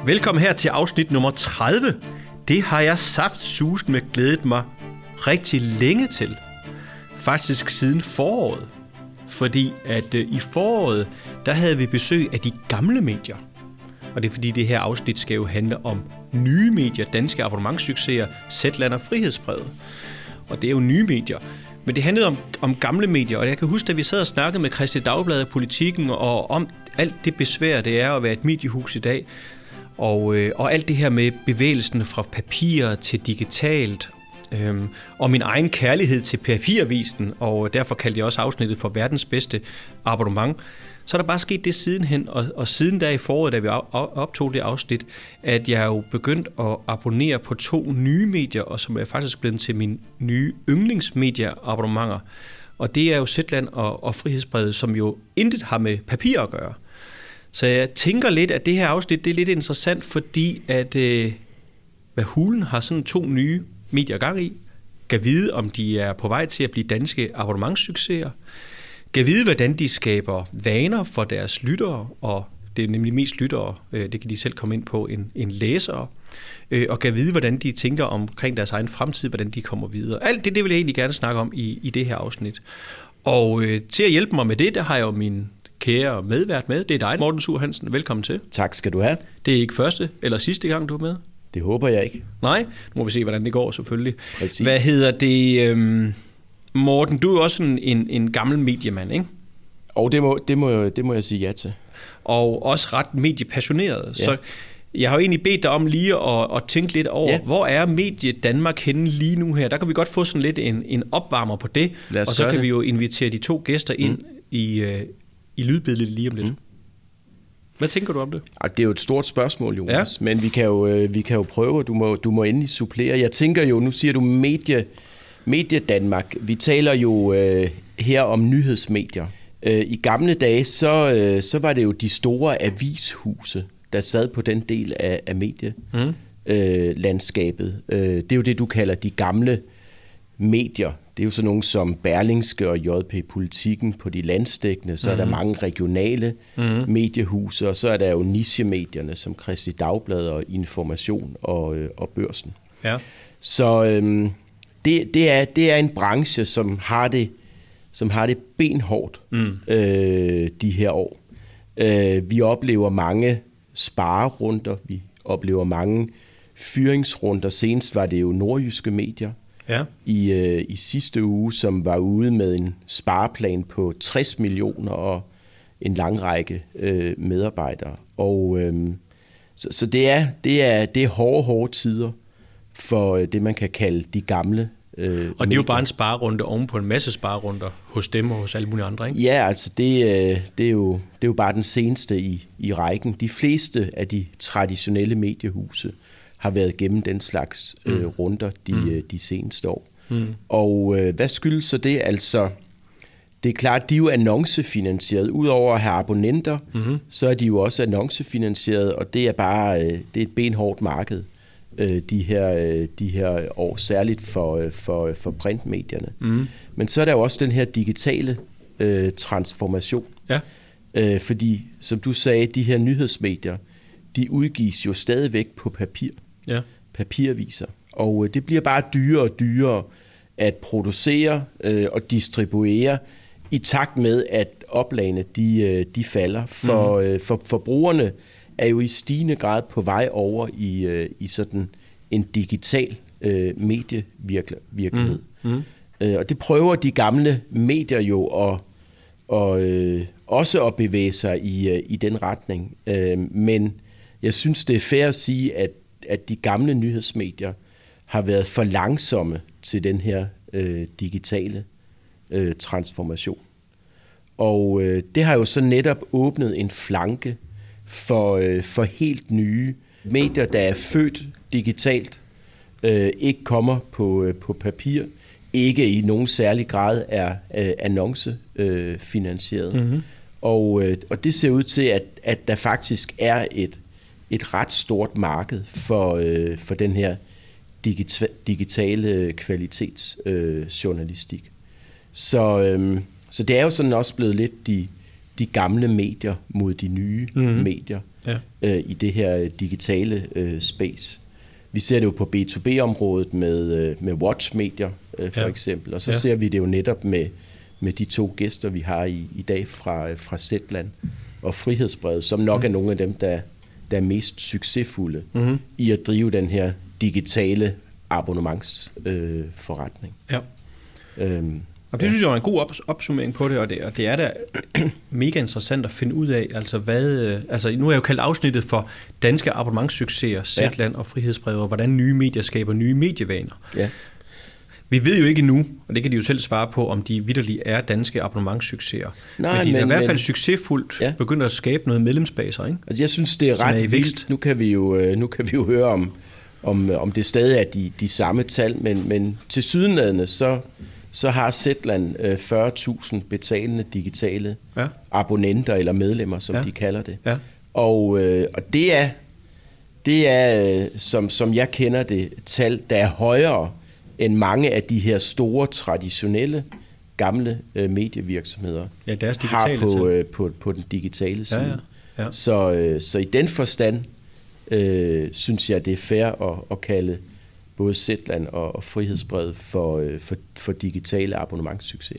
Velkommen her til afsnit nummer 30. Det har jeg saftsusende med glædet mig rigtig længe til. Faktisk siden foråret. Fordi at i foråret, der havde vi besøg af de gamle medier. Og det er fordi, det her afsnit skal jo handle om nye medier, danske abonnementssucceser, Zetland og Frihedsbrevet. Og det er jo nye medier. Men det handlede om gamle medier, og jeg kan huske, at vi sad og snakkede med Kristeligt Dagblad og Politikken, og om alt det besvær, det er at være et mediehus i dag. Og alt det her med bevægelsen fra papir til digitalt, og min egen kærlighed til papiravisen, og derfor kaldte jeg også afsnittet for verdens bedste abonnement. Så er der bare sket det sidenhen, og siden der i foråret, da vi optog det afsnit, at jeg jo begyndt at abonnere på 2 nye medier, og som er faktisk blevet til mine nye yndlingsmedieabonnementer. Og det er jo Zetland og Frihedsbrevet, som jo intet har med papir at gøre. Så jeg tænker lidt, at det her afsnit det er lidt interessant, fordi at hvad hulen har sådan 2 nye medier gang i, kan vide, om de er på vej til at blive danske abonnementssucceser, kan vide, hvordan de skaber vaner for deres lyttere, og det er nemlig mest lyttere, det kan de selv komme ind på, en læsere, og kan vide, hvordan de tænker omkring deres egen fremtid, hvordan de kommer videre. Alt det vil jeg egentlig gerne snakke om i det her afsnit. Og til at hjælpe mig med det, der har jeg jo min kære medvært med. Det er dig, Morten Sur Hansen. Velkommen til. Tak skal du have. Det er ikke første eller sidste gang, du er med? Det håber jeg ikke. Nej, nu må vi se, hvordan det går selvfølgelig. Præcis. Hvad hedder det? Morten, du er jo også en gammel mediemand, ikke? Og det må jeg sige ja til. Og også ret mediepassioneret. Ja. Så jeg har jo egentlig bedt dig om lige at tænke lidt over, hvor er Medie Danmark henne lige nu her? Der kan vi godt få sådan lidt en opvarmer på det, og så kan vi jo invitere de 2 gæster ind i lydbilledet lige om lidt. Hvad tænker du om det? Det er jo et stort spørgsmål, Jonas, men vi kan jo prøve, du må endelig supplere. Jeg tænker jo, nu siger du Medie Danmark. Vi taler jo her om nyhedsmedier. I gamle dage, så var det jo de store avishuse, der sad på den del af medielandskabet. Det er jo det, du kalder de gamle medier. Det er jo sådan nogle som Berlingske og JP Politikken på de landsdækkende. Så er der mange regionale mediehuse, og så er der jo nichemedierne som Kristeligt Dagblad og Information og Børsen. Ja. Så det er en branche, som har det benhårdt de her år. Vi oplever mange sparerunder, vi oplever mange fyringsrunder. Senest var det jo nordjyske medier i sidste uge, som var ude med en spareplan på 60 millioner og en lang række medarbejdere. Og så det er hårde tider for det, man kan kalde de gamle og det er jo bare en sparerunde oven på en masse sparerunder hos dem og hos alle mulige andre, ikke? Ja, altså det er jo bare den seneste i rækken. De fleste af de traditionelle mediehuse har været gennem den slags runder de seneste år. Og hvad skyldes så det? Altså, det er klart, de er jo annoncefinansieret. Udover at have abonnenter, så er de jo også annoncefinansieret, og det er bare det er et benhårdt marked. De her år, særligt for printmedierne. Men så er der jo også den her digitale transformation. Ja. Fordi, som du sagde, de her nyhedsmedier, de udgives jo stadigvæk på papir. Ja. Papiraviser. Og det bliver bare dyrere og dyrere at producere og distribuere i takt med, at oplagene de falder. For forbrugerne er jo i stigende grad på vej over i sådan en digital medievirkelighed. Og det prøver de gamle medier jo også at bevæge sig i den retning. Men jeg synes, det er fair at sige, at de gamle nyhedsmedier har været for langsomme til den her digitale transformation. Og det har jo så netop åbnet en flanke for helt nye medier, der er født digitalt, ikke kommer på papir, ikke i nogen særlig grad er annoncefinansieret. Og det ser ud til, at der faktisk er et ret stort marked for den her digitale kvalitetsjournalistik. Så det er jo sådan også blevet lidt de gamle medier mod de nye medier i det her digitale space. Vi ser det jo på B2B-området med watch-medier for eksempel, og så ser vi det jo netop med de 2 gæster, vi har i dag fra Zetland og Frihedsbrevet, som nok er nogle af dem, der er mest succesfulde i at drive den her digitale abonnementsforretning. Og det synes jeg er en god opsummering på det, og det er da mega interessant at finde ud af, altså nu har jeg jo kaldt afsnittet for danske abonnementssucceser, Zetland og Frihedsbrevet, og hvordan nye medier skaber nye medievaner. Ja. Vi ved jo ikke endnu, og det kan de jo selv svare på, om de vitterligt er danske abonnementssucceser. Men de er i hvert fald succesfuldt begyndt at skabe noget medlemsbaser, ikke? Altså jeg synes, det er ret vildt. Nu kan vi jo høre om det stadig er de samme tal, men tilsyneladende så har Zetland 40.000 betalende digitale abonnenter eller medlemmer, som de kalder det. Ja. Og det er som jeg kender det, tal, der er højere end mange af de her store, traditionelle, gamle medievirksomheder har på den digitale side. Ja. Så i den forstand synes jeg, det er fair at kalde både Zetland og Frihedsbrevet for digitale abonnementssucceser.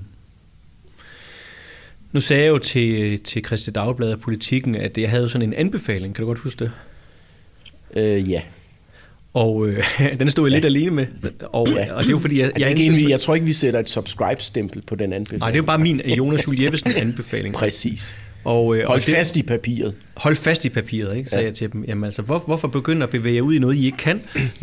Nu sagde jeg jo til Kristeligt Dagblad og Politikken, at jeg havde sådan en anbefaling. Kan du godt huske det? Ja. Og den stod jeg lidt alene med. Og det er jo fordi, jeg tror ikke, vi sætter et subscribe-stempel på den anbefaling. Nej, det er jo bare min Jonas Juel Jeppesen anbefaling. Præcis. Hold fast i papiret. Hold fast i papiret, ikke? Sagde jeg til dem. Jamen altså, hvorfor begynde at bevæge jer ud i noget, I ikke kan,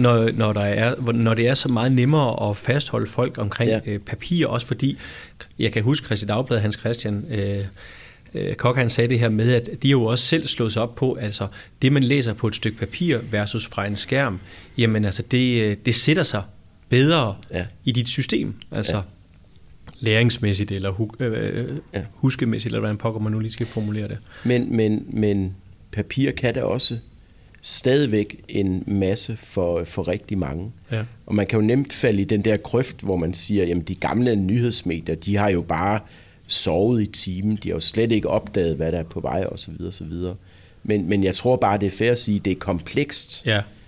når det er så meget nemmere at fastholde folk omkring papir, også fordi, jeg kan huske Kristeligt Dagblad, Hans Christian Kok, han sagde det her med, at de jo også selv slået sig op på, altså det man læser på et stykke papir versus fra en skærm, jamen altså det sætter sig bedre i dit system, altså læringsmæssigt eller huskemæssigt, eller hvordan pokker man nu lige skal formulere det. Men papir kan da også stadigvæk en masse for rigtig mange. Ja. Og man kan jo nemt falde i den der grøft, hvor man siger, jamen de gamle nyhedsmedier, de har jo bare sovet i timen, de har jo slet ikke opdaget, hvad der er på vej, osv. osv. Men jeg tror bare, det er fair at sige, det er komplekst,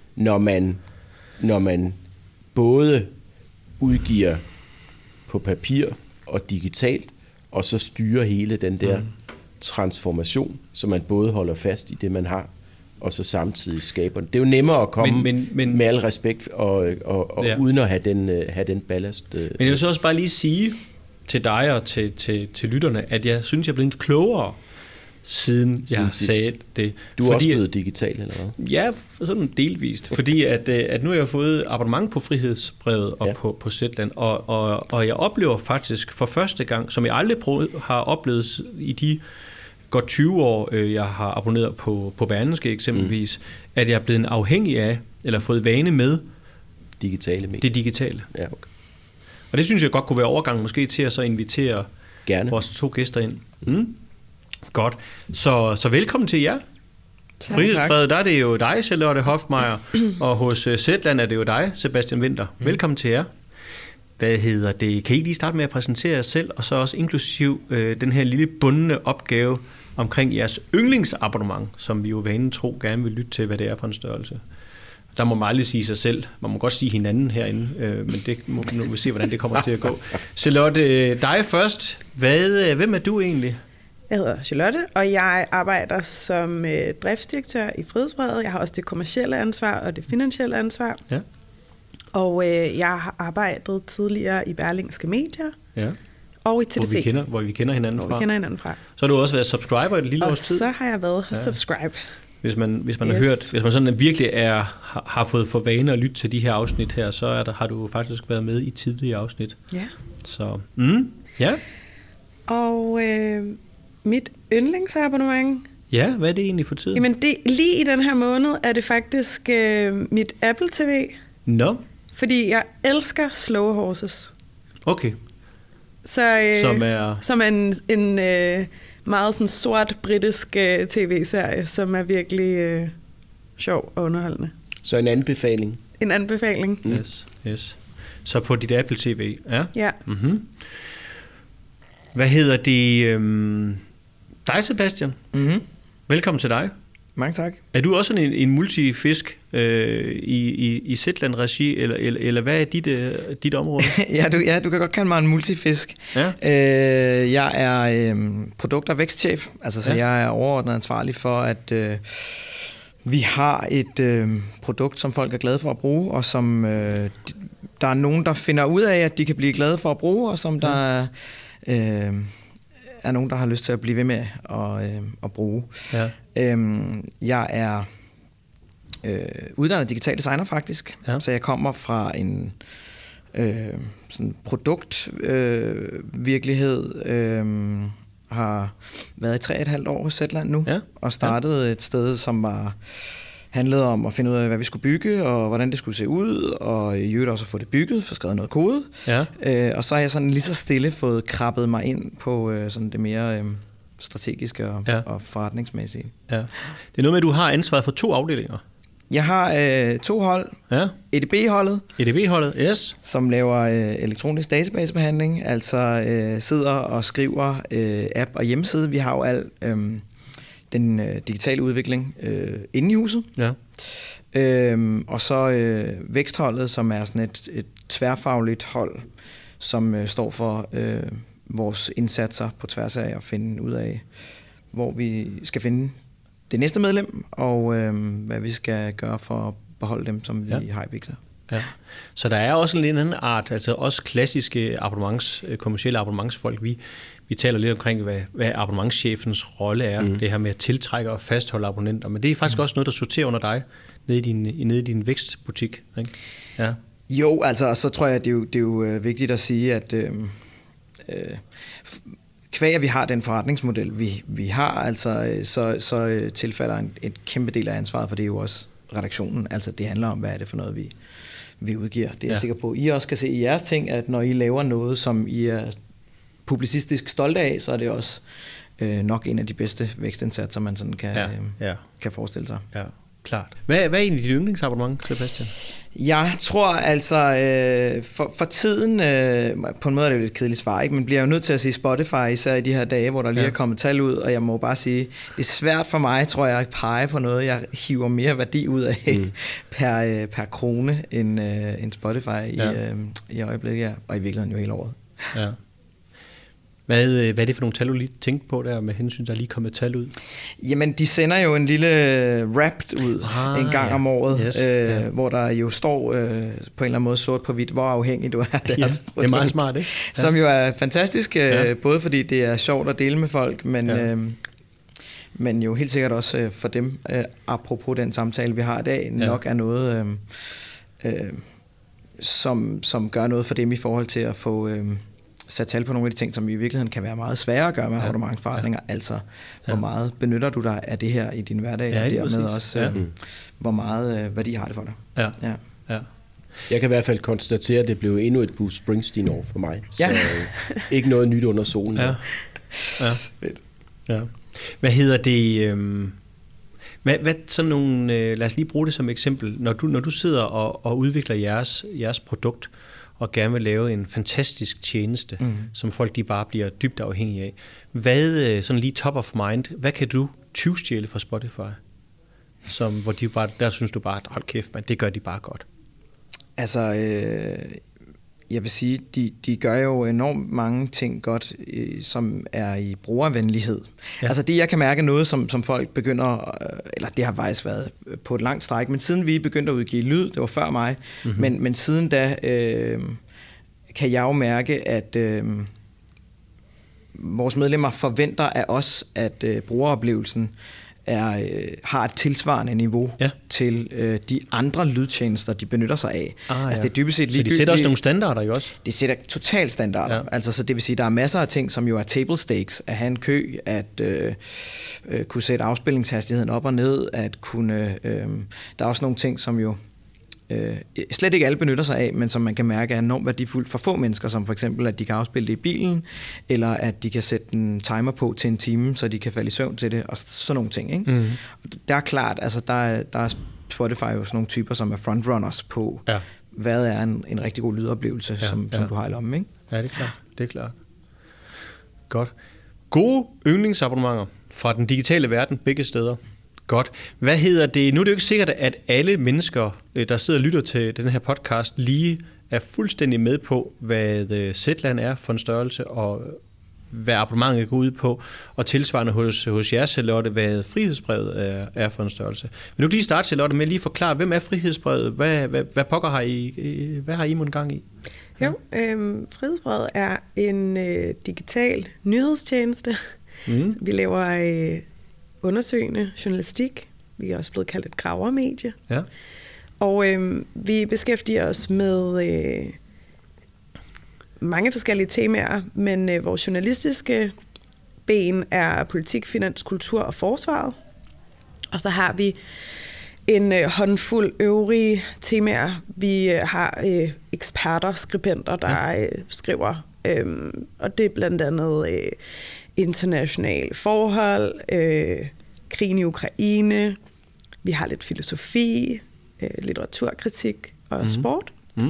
når man både udgiver på papir og digitalt, og så styrer hele den der transformation, så man både holder fast i det, man har, og så samtidig skaber det. Det er jo nemmere at komme med al respekt, og uden at have den ballast. Men jeg vil så også bare lige sige til dig og til lytterne, at jeg synes, jeg er blevet klogere, siden jeg sagde det. Du er også blevet digital, eller hvad? Ja, sådan delvist. Fordi at nu har jeg fået abonnement på Frihedsbrevet og på Zetland, og jeg oplever faktisk for første gang, som jeg aldrig har oplevet i de godt 20 år, jeg har abonneret på Berlingske eksempelvis, at jeg er blevet afhængig af, eller fået vane med digitale medier. Det digitale. Ja, okay. Og det synes jeg godt kunne være overgang måske til at så invitere vores 2 gæster ind. Godt. Så velkommen til jer. Frihedsbrevet, der er det jo dig, Charlotte Hofmeier, og hos Zetland er det jo dig, Sebastian Winther. Velkommen til jer. Hvad hedder det? Kan I lige starte med at præsentere jer selv, og så også inklusiv den her lille bundne opgave omkring jeres yndlingsabonnement, som vi jo vanen tro gerne vil lytte til, hvad det er for en størrelse. Der må man aldrig sige sig selv. Man må godt sige hinanden herinde, men det må vi se, hvordan det kommer til at gå. Charlotte, dig først. Hvem er du egentlig? Jeg hedder Charlotte, og jeg arbejder som driftsdirektør i Frihedsbrevet. Jeg har også det kommercielle ansvar og det finansielle ansvar. Ja. Og jeg har arbejdet tidligere i Berlingske Medier og i TDC. Hvor vi kender hinanden fra. Så har du også været subscriber i et lille års tid? Og så har jeg været hos Subscribe. Hvis man har hørt, hvis man sådan virkelig har fået for vane at lytte til de her afsnit her, så har du faktisk været med i tidlige afsnit. Ja. Så, Og mit yndlingsabonnement. Ja, hvad er det egentlig for tiden? Jamen lige i den her måned er det faktisk mit Apple TV. Nå. Fordi jeg elsker Slow Horses. Okay. Som er en meget sådan sort britisk tv-serie, som er virkelig sjov og underholdende. Så en anbefaling. En anbefaling. Yes. Så på dit Apple TV, ja. Mm-hmm. Hvad hedder det? Dig, Sebastian. Mm-hmm. Velkommen til dig. Mange tak. Er du også en multifisk i Zetland-regi, eller hvad er dit område? ja, du kan godt kalde mig en multifisk. Ja. Jeg er produkt- og vækstchef, så jeg er overordnet ansvarlig for, at vi har et produkt, som folk er glade for at bruge, og som der er nogen, der finder ud af, at de kan blive glade for at bruge, og som der er nogen, der har lyst til at blive ved med at bruge. Ja. Jeg er uddannet digital designer faktisk, så jeg kommer fra en sådan produktvirkelighed, har været i 3,5 år hos Zetland nu, og startede et sted, som handlede om at finde ud af, hvad vi skulle bygge, og hvordan det skulle se ud, og i øvrigt også at få det bygget, få skrevet noget kode. Og så har jeg sådan lige så stille fået krabbet mig ind på sådan det mere strategiske og forretningsmæssige. Ja. Det er noget med, at du har ansvaret for 2 afdelinger. Jeg har 2 hold. Ja. EDB-holdet, yes. Som laver elektronisk databasebehandling, altså sidder og skriver app og hjemmeside. Vi har jo al den digitale udvikling inde i huset. Ja. Og så vækstholdet, som er sådan et tværfagligt hold, som står for vores indsatser på tværs af at finde ud af, hvor vi skal finde det næste medlem, og hvad vi skal gøre for at beholde dem, som vi har i Bixen. Ja. Så der er også en anden art, altså også klassiske kommercielle abonnementsfolk. Vi taler lidt omkring, hvad abonnementschefens rolle er, det her med at tiltrække og fastholde abonnenter, men det er faktisk også noget, der sorterer under dig, nede i din vækstbutik, ikke? Ja. Jo, altså, så tror jeg, det er jo vigtigt at sige, at kvæg, at vi har den forretningsmodel, vi har, altså, så tilfalder et kæmpe del af ansvaret, for det er jo også redaktionen. Altså, det handler om, hvad er det for noget, vi udgiver. Det er jeg sikker på. I også kan se i jeres ting, at når I laver noget, som I er publicistisk stolte af, så er det også nok en af de bedste vækstindsatser, man sådan kan forestille sig. Ja. Klart. Hvad er egentlig dit yndlingsabonnement, Sebastian? Jeg tror altså, for tiden, på en måde er det jo lidt kedeligt svar, ikke? Men bliver jo nødt til at sige Spotify, især i de her dage, hvor der lige er kommet tal ud, og jeg må bare sige, det er svært for mig, tror jeg, at pege på noget, jeg hiver mere værdi ud af per krone end Spotify i øjeblikket, og i virkeligheden jo hele året. Ja. Hvad er det for nogle tal, du lige tænkte på der, med hensyn, der er lige kommet tal ud? Jamen, de sender jo en lille rap ud en gang om året, hvor der jo står på en eller anden måde sort på hvidt, hvor afhængig du er af deres produkt. Det er meget smart, ikke? Ja. Som jo er fantastisk, både fordi det er sjovt at dele med folk, men jo helt sikkert også for dem, apropos den samtale, vi har i dag, nok er noget, som gør noget for dem i forhold til at få sat tal på nogle af de ting, som i virkeligheden kan være meget svære at gøre med abonnementsforretninger. Altså, hvor meget benytter du dig af det her i din hverdag, og dermed også, hvor meget værdi har det for dig. Ja. Jeg kan i hvert fald konstatere, at det blev endnu et Bruce Springsteen-år for mig. Så ikke noget nyt under solen. Ja. Fedt. Ja. Hvad hedder det? Hvad sådan nogle, lad os lige bruge det som eksempel. Når du sidder og udvikler jeres produkt, og gerne vil lave en fantastisk tjeneste, som folk de bare bliver dybt afhængige af. Hvad, sådan lige top of mind, hvad kan du tyvstjæle fra Spotify? Hvor de bare, der synes du bare, hold kæft, man, det gør de bare godt. Altså, jeg vil sige, de gør jo enormt mange ting godt, som er i brugervenlighed. Ja. Altså det, jeg kan mærke noget, som folk begynder, eller det har faktisk været på et langt stræk, men siden vi begyndte at udgive lyd, det var før mig, men siden da kan jeg jo mærke, at vores medlemmer forventer af os, at brugeroplevelsen har et tilsvarende niveau til de andre lydtjenester, de benytter sig af. Altså, det er dybest set så de sætter også nogle standarder jo også? De sætter totalt standarder. Altså, så det vil sige, der er masser af ting, som jo er table stakes, at have en kø, at kunne sætte afspilningshastigheden op og ned, at kunne... der er også nogle ting, som jo slet ikke alle benytter sig af, men som man kan mærke er enormt værdifuldt for få mennesker, som for eksempel, at de kan afspille det i bilen, eller at de kan sætte en timer på til en time, så de kan falde i søvn til det, og sådan nogle ting. Ikke? Der er klart, altså der er Spotify jo sådan nogle typer, som er frontrunners på, hvad er en rigtig god lydoplevelse, som du har i lommen. Ikke? Ja, det er klart. Godt. Gode yndlingsabonnementer fra den digitale verden begge steder. Godt. Hvad hedder det? Nu er det jo ikke sikkert, at alle mennesker, der sidder og lytter til den her podcast, lige er fuldstændig med på, hvad Zetland er for en størrelse, og hvad abonnementet går ud på, og tilsvarende hos jer, Charlotte, hvad frihedsbrevet er for en størrelse. Men nu kan lige starte, Charlotte, med at lige forklare, hvem er frihedsbrevet? Hvad pokker har I, hvad har I mon gang i? Jo, frihedsbrevet er en digital nyhedstjeneste. Vi laver undersøgende journalistik. Vi er også blevet kaldt et gravermedie. Ja. Og vi beskæftiger os med mange forskellige temaer, men vores journalistiske ben er politik, finans, kultur og forsvaret. Og så har vi en håndfuld øvrige temaer. Vi har eksperter, skribenter, der skriver, og det er blandt andet internationale forhold, krigen i Ukraine, vi har lidt filosofi, litteraturkritik og sport.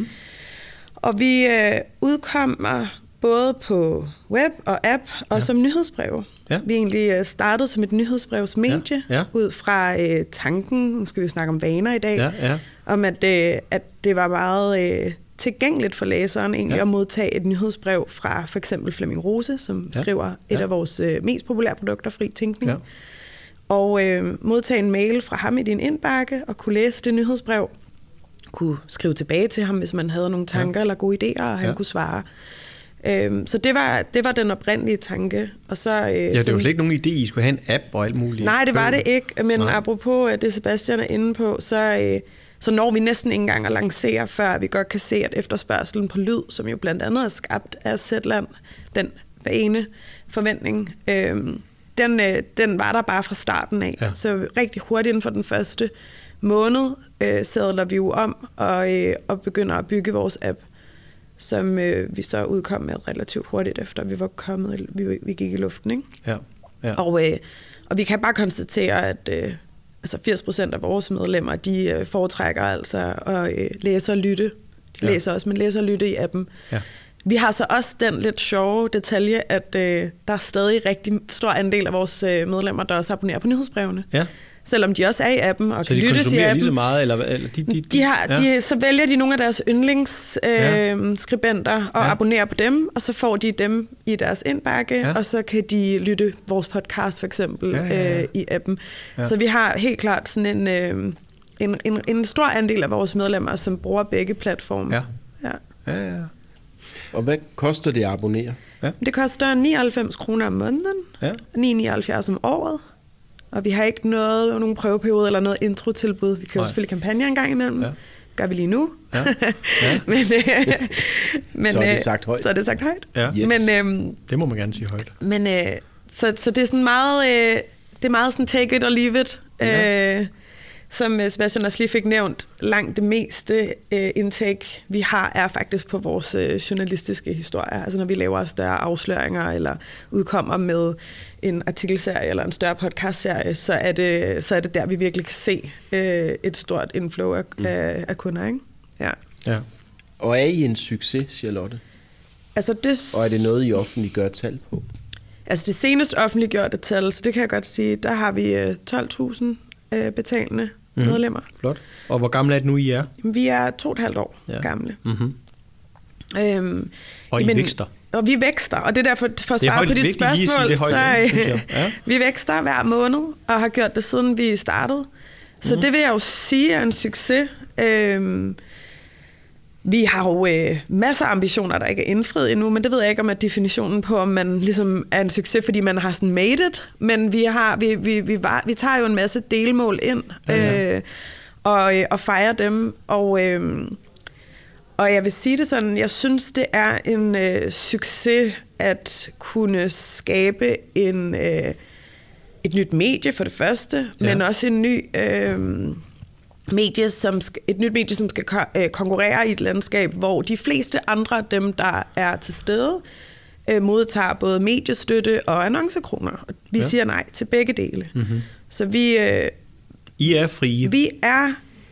Og vi udkommer både på web og app og som nyhedsbreve. Ja. Vi er egentlig startet som et nyhedsbrevsmedie ud fra tanken, nu skal vi snakke om vaner i dag, om at det var meget tilgængeligt for læseren egentlig at modtage et nyhedsbrev fra for eksempel Flemming Rose, som skriver et af vores mest populære produkter, Fri Tænkning. Ja. Og modtage en mail fra ham i din indbakke og kunne læse det nyhedsbrev, kunne skrive tilbage til ham, hvis man havde nogle tanker eller gode idéer, og han kunne svare. Så det var den oprindelige tanke. Og så, det var jo ikke nogen idé, I skulle have en app og alt muligt. Nej, det var det ikke. Men apropos det, Sebastian er inde på, så når vi næsten ikke engang at lancere, før vi godt kan se, at efterspørgselen på lyd, som jo blandt andet er skabt af Zetland, den ene forventning, den var der bare fra starten af. Ja. Så rigtig hurtigt inden for den første måned sadler vi jo om og begynder at bygge vores app, som vi så udkom med relativt hurtigt efter vi var kommet, vi gik i luften, ikke? Ja. Ja. Og vi kan bare konstatere, at altså 80% af vores medlemmer, de foretrækker altså at læse og lytte. De læser også, men læser og lytte i appen. Ja. Vi har så også den lidt sjove detalje, at der er stadig rigtig stor andel af vores medlemmer, der også abonnerer på nyhedsbrevene. Ja. Selvom de også er i appen og kan lyttes i appen. Så de konsumerer lige så meget? Eller så vælger de nogle af deres yndlingsskribenter og abonnerer på dem, og så får de dem i deres indbakke, og så kan de lytte vores podcast for eksempel i appen. Ja. Så vi har helt klart sådan en stor andel af vores medlemmer, som bruger begge platforme. Ja. Og hvad koster det at abonnere? Ja. Det koster 99 kroner om måneden, 9,79 om året. Og vi har ikke nogen prøveperiode eller noget introtilbud. Vi kører selvfølgelig kampagner en gang imellem. Ja. Gør vi lige nu. Ja. Ja. men, så er det sagt højt. Så er det sagt højt. Ja. Yes. Men, det må man gerne sige højt. Men, så det er sådan meget, det er meget sådan take it or leave it. Ja. Som Sebastian også lige fik nævnt, langt det meste indtake, vi har, er faktisk på vores journalistiske historier. Altså når vi laver større afsløringer, eller udkommer med en artikelserie, eller en større podcastserie, så er det der, vi virkelig kan se et stort inflow af kunder, ikke? Ja. Og er I en succes, Charlotte? Altså og er det noget, I offentliggør tal på? Altså det seneste offentliggjorte tal, så det kan jeg godt sige, der har vi 12.000 betalende medlemmer. Flot. Og hvor gamle er det nu, I er? Vi er 2,5 år gamle. Og I vækster? Og vi vækster, og det er derfor, for at svare på dit spørgsmål, vi vækster hver måned, og har gjort det siden vi startede. Så det vil jeg jo sige er en succes. Vi har jo masser af ambitioner, der ikke er indfriet endnu, men det ved jeg ikke om at definitionen på, om man ligesom er en succes, fordi man har sådan made it. Men vi tager jo en masse delmål ind og fejrer dem. Og jeg vil sige det sådan, jeg synes, det er en succes at kunne skabe et nyt medie for det første, men også en ny... et nyt medie, som skal konkurrere i et landskab, hvor de fleste andre af dem, der er til stede, modtager både mediestøtte og annoncekroner. Vi siger nej til begge dele. Så I er frie. Vi er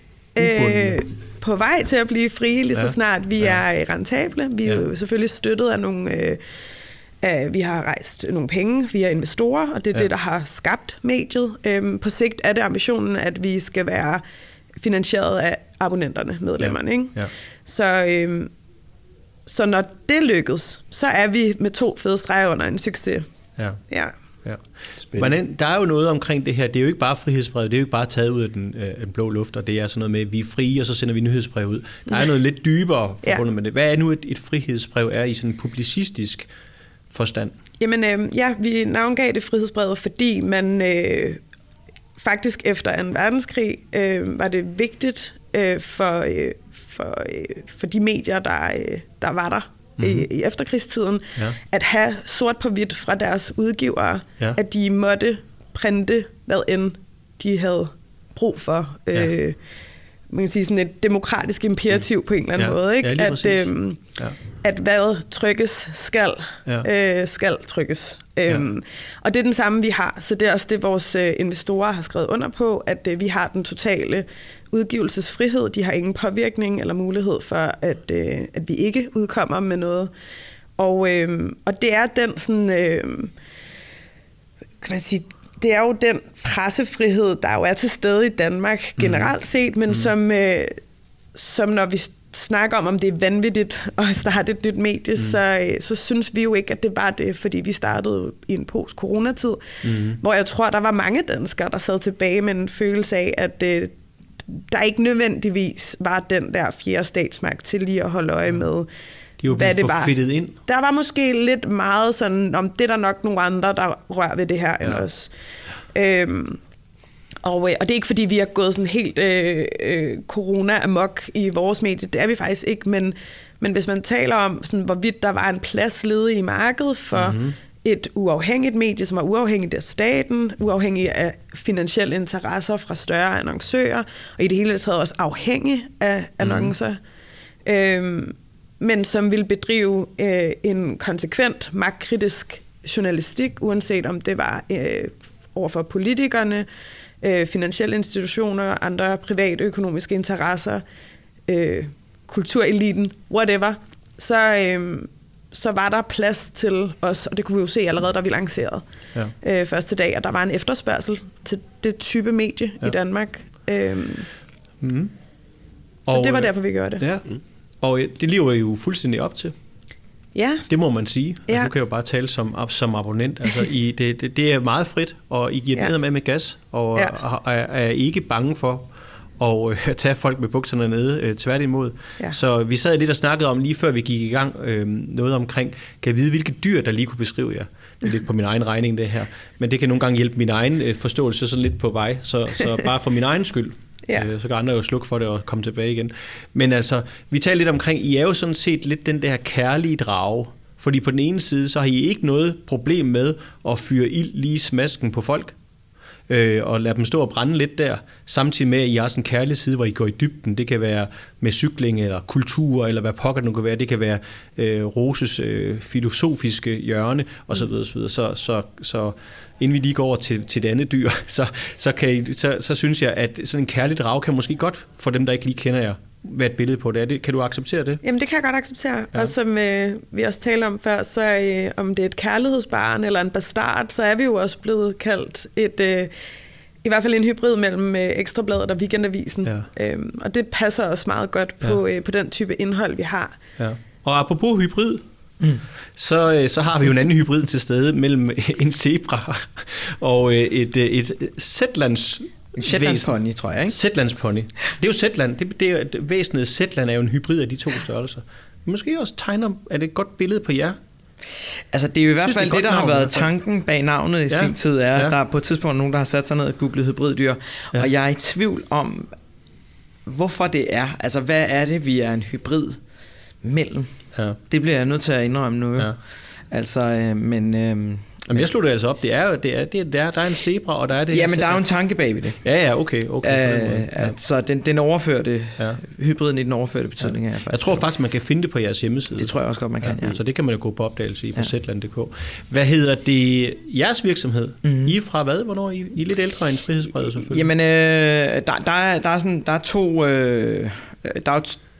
på vej til at blive frie, lige så snart vi er rentable. Vi er jo selvfølgelig støttet af nogle Vi har rejst nogle penge via investorer, og det er det, der har skabt mediet. På sigt er det ambitionen, at vi skal være finansieret af abonnenterne, medlemmerne. Ikke? Ja. Så når det lykkes, så er vi med 2 fede streger under en succes. Ja. Men der er jo noget omkring det her. Det er jo ikke bare frihedsbrevet, det er jo ikke bare taget ud af den blå luft, og det er sådan noget med, at vi er frie, og så sender vi nyhedsbrev ud. Der er noget lidt dybere forbundet med det. Hvad er nu et frihedsbrev er i sådan en publicistisk forstand? Jamen, vi navngav det frihedsbrevet, fordi man faktisk efter 2. verdenskrig var det vigtigt for de medier, der var der i efterkrigstiden, at have sort på hvidt fra deres udgivere, at de måtte printe, hvad end de havde brug for. Man kan sige sådan et demokratisk imperativ på en eller anden måde. Ikke? At hvad trykkes skal trykkes. Og det er den samme, vi har. Så det er også det, vores investorer har skrevet under på, at vi har den totale udgivelsesfrihed. De har ingen påvirkning eller mulighed for, at vi ikke udkommer med noget. Og det er den sådan... kan man sige, det er jo den pressefrihed, der jo er til stede i Danmark generelt set, men som når vi snakker om det er vanvittigt at starte et nyt medie, så synes vi jo ikke, at det var det, fordi vi startede i en post-coronatid, hvor jeg tror, der var mange danskere, der sad tilbage med en følelse af, at der ikke nødvendigvis var den der 4. statsmagt til lige at holde øje med, hvad det var. Ind. Der var måske lidt meget sådan, om det er der nok nogle andre, der rører ved det her end os. Og det er ikke, fordi vi er gået sådan helt corona-amok i vores medie. Det er vi faktisk ikke, men hvis man taler om, sådan, hvorvidt der var en plads ledig i markedet for et uafhængigt medie, som er uafhængigt af staten, uafhængigt af finansielle interesser fra større annoncører, og i det hele taget også afhængig af annoncer, men som vil bedrive en konsekvent, magtkritisk journalistik, uanset om det var overfor politikerne, finansielle institutioner, andre private økonomiske interesser, kultureliten, whatever, så var der plads til os, og det kunne vi jo se allerede, da vi lancerede første dag, at der var en efterspørgsel til det type medie i Danmark. Så det var derfor, vi gjorde det. Ja. Og det lever jo fuldstændig op til. Ja. Det må man sige. Du kan jo bare tale som abonnent. Altså, det er meget frit, og I giver ned med gas, og er ikke bange for at tage folk med bukserne nede, tværtimod. Ja. Så vi sad lidt og snakkede om, lige før vi gik i gang, noget omkring, kan jeg vide, hvilke dyr, der lige kunne beskrive jer. Det er lidt på min egen regning, det her. Men det kan nogle gange hjælpe min egen forståelse sådan lidt på vej. Så bare for min egen skyld. Så kan andre jo slukke for det og komme tilbage igen. Men altså, vi taler lidt omkring, I er jo sådan set lidt den der kærlige drage. Fordi på den ene side, så har I ikke noget problem med at fyre ild lige i smasken på folk, og lade dem stå og brænde lidt der, samtidig med, at I har sådan en kærlig side, hvor I går i dybden. Det kan være med cykling, eller kultur, eller hvad pokker det nu kan være. Det kan være Roses filosofiske hjørne, osv. Så inden vi lige går over til det andet dyr, så synes jeg, at sådan en kærlig drage kan måske godt, for dem, der ikke lige kender jer, være et billede på det. Kan du acceptere det? Jamen, det kan jeg godt acceptere. Ja. Og som vi også talte om før, så om det er et kærlighedsbarn eller en bastard, så er vi jo også blevet kaldt i hvert fald en hybrid mellem Ekstrabladet og Weekendavisen. Ja. Og det passer også meget godt på den type indhold, vi har. Ja. Og apropos hybrid, så har vi jo en anden hybrid til stede mellem en zebra og et Shetlandspony, tror jeg, ikke? Shetlandspony. Det er jo Shetland. Det er væsenet Shetland er jo en hybrid af de 2 størrelser. Måske også tegner, er det et godt billede på jer? Altså, det er jo i hvert fald det, der har været tanken bag navnet i sin tid, er, at der er på et tidspunkt nogen, der har sat sig ned og googlet hybriddyr, og jeg er i tvivl om, hvorfor det er. Altså, hvad er det, vi er en hybrid mellem? Ja. Det bliver jeg nødt til at indrømme nu. Ja. Altså, Jamen, jeg slutter altså op. Der er en zebra, og der er det. Ja, men der er jo en tanke bag ved det. Ja, okay. Så den overførte, hybriden i den overførte betydning er. Jeg tror faktisk, man kan finde det på jeres hjemmeside. Det tror jeg også godt, man kan, ja. Så det kan man jo gå på opdagelse i på Zetland.dk. Hvad hedder det? Jeres virksomhed? I er fra hvad? Hvornår I er lidt ældre end Frihedsbrevet, selvfølgelig? Jamen, der er to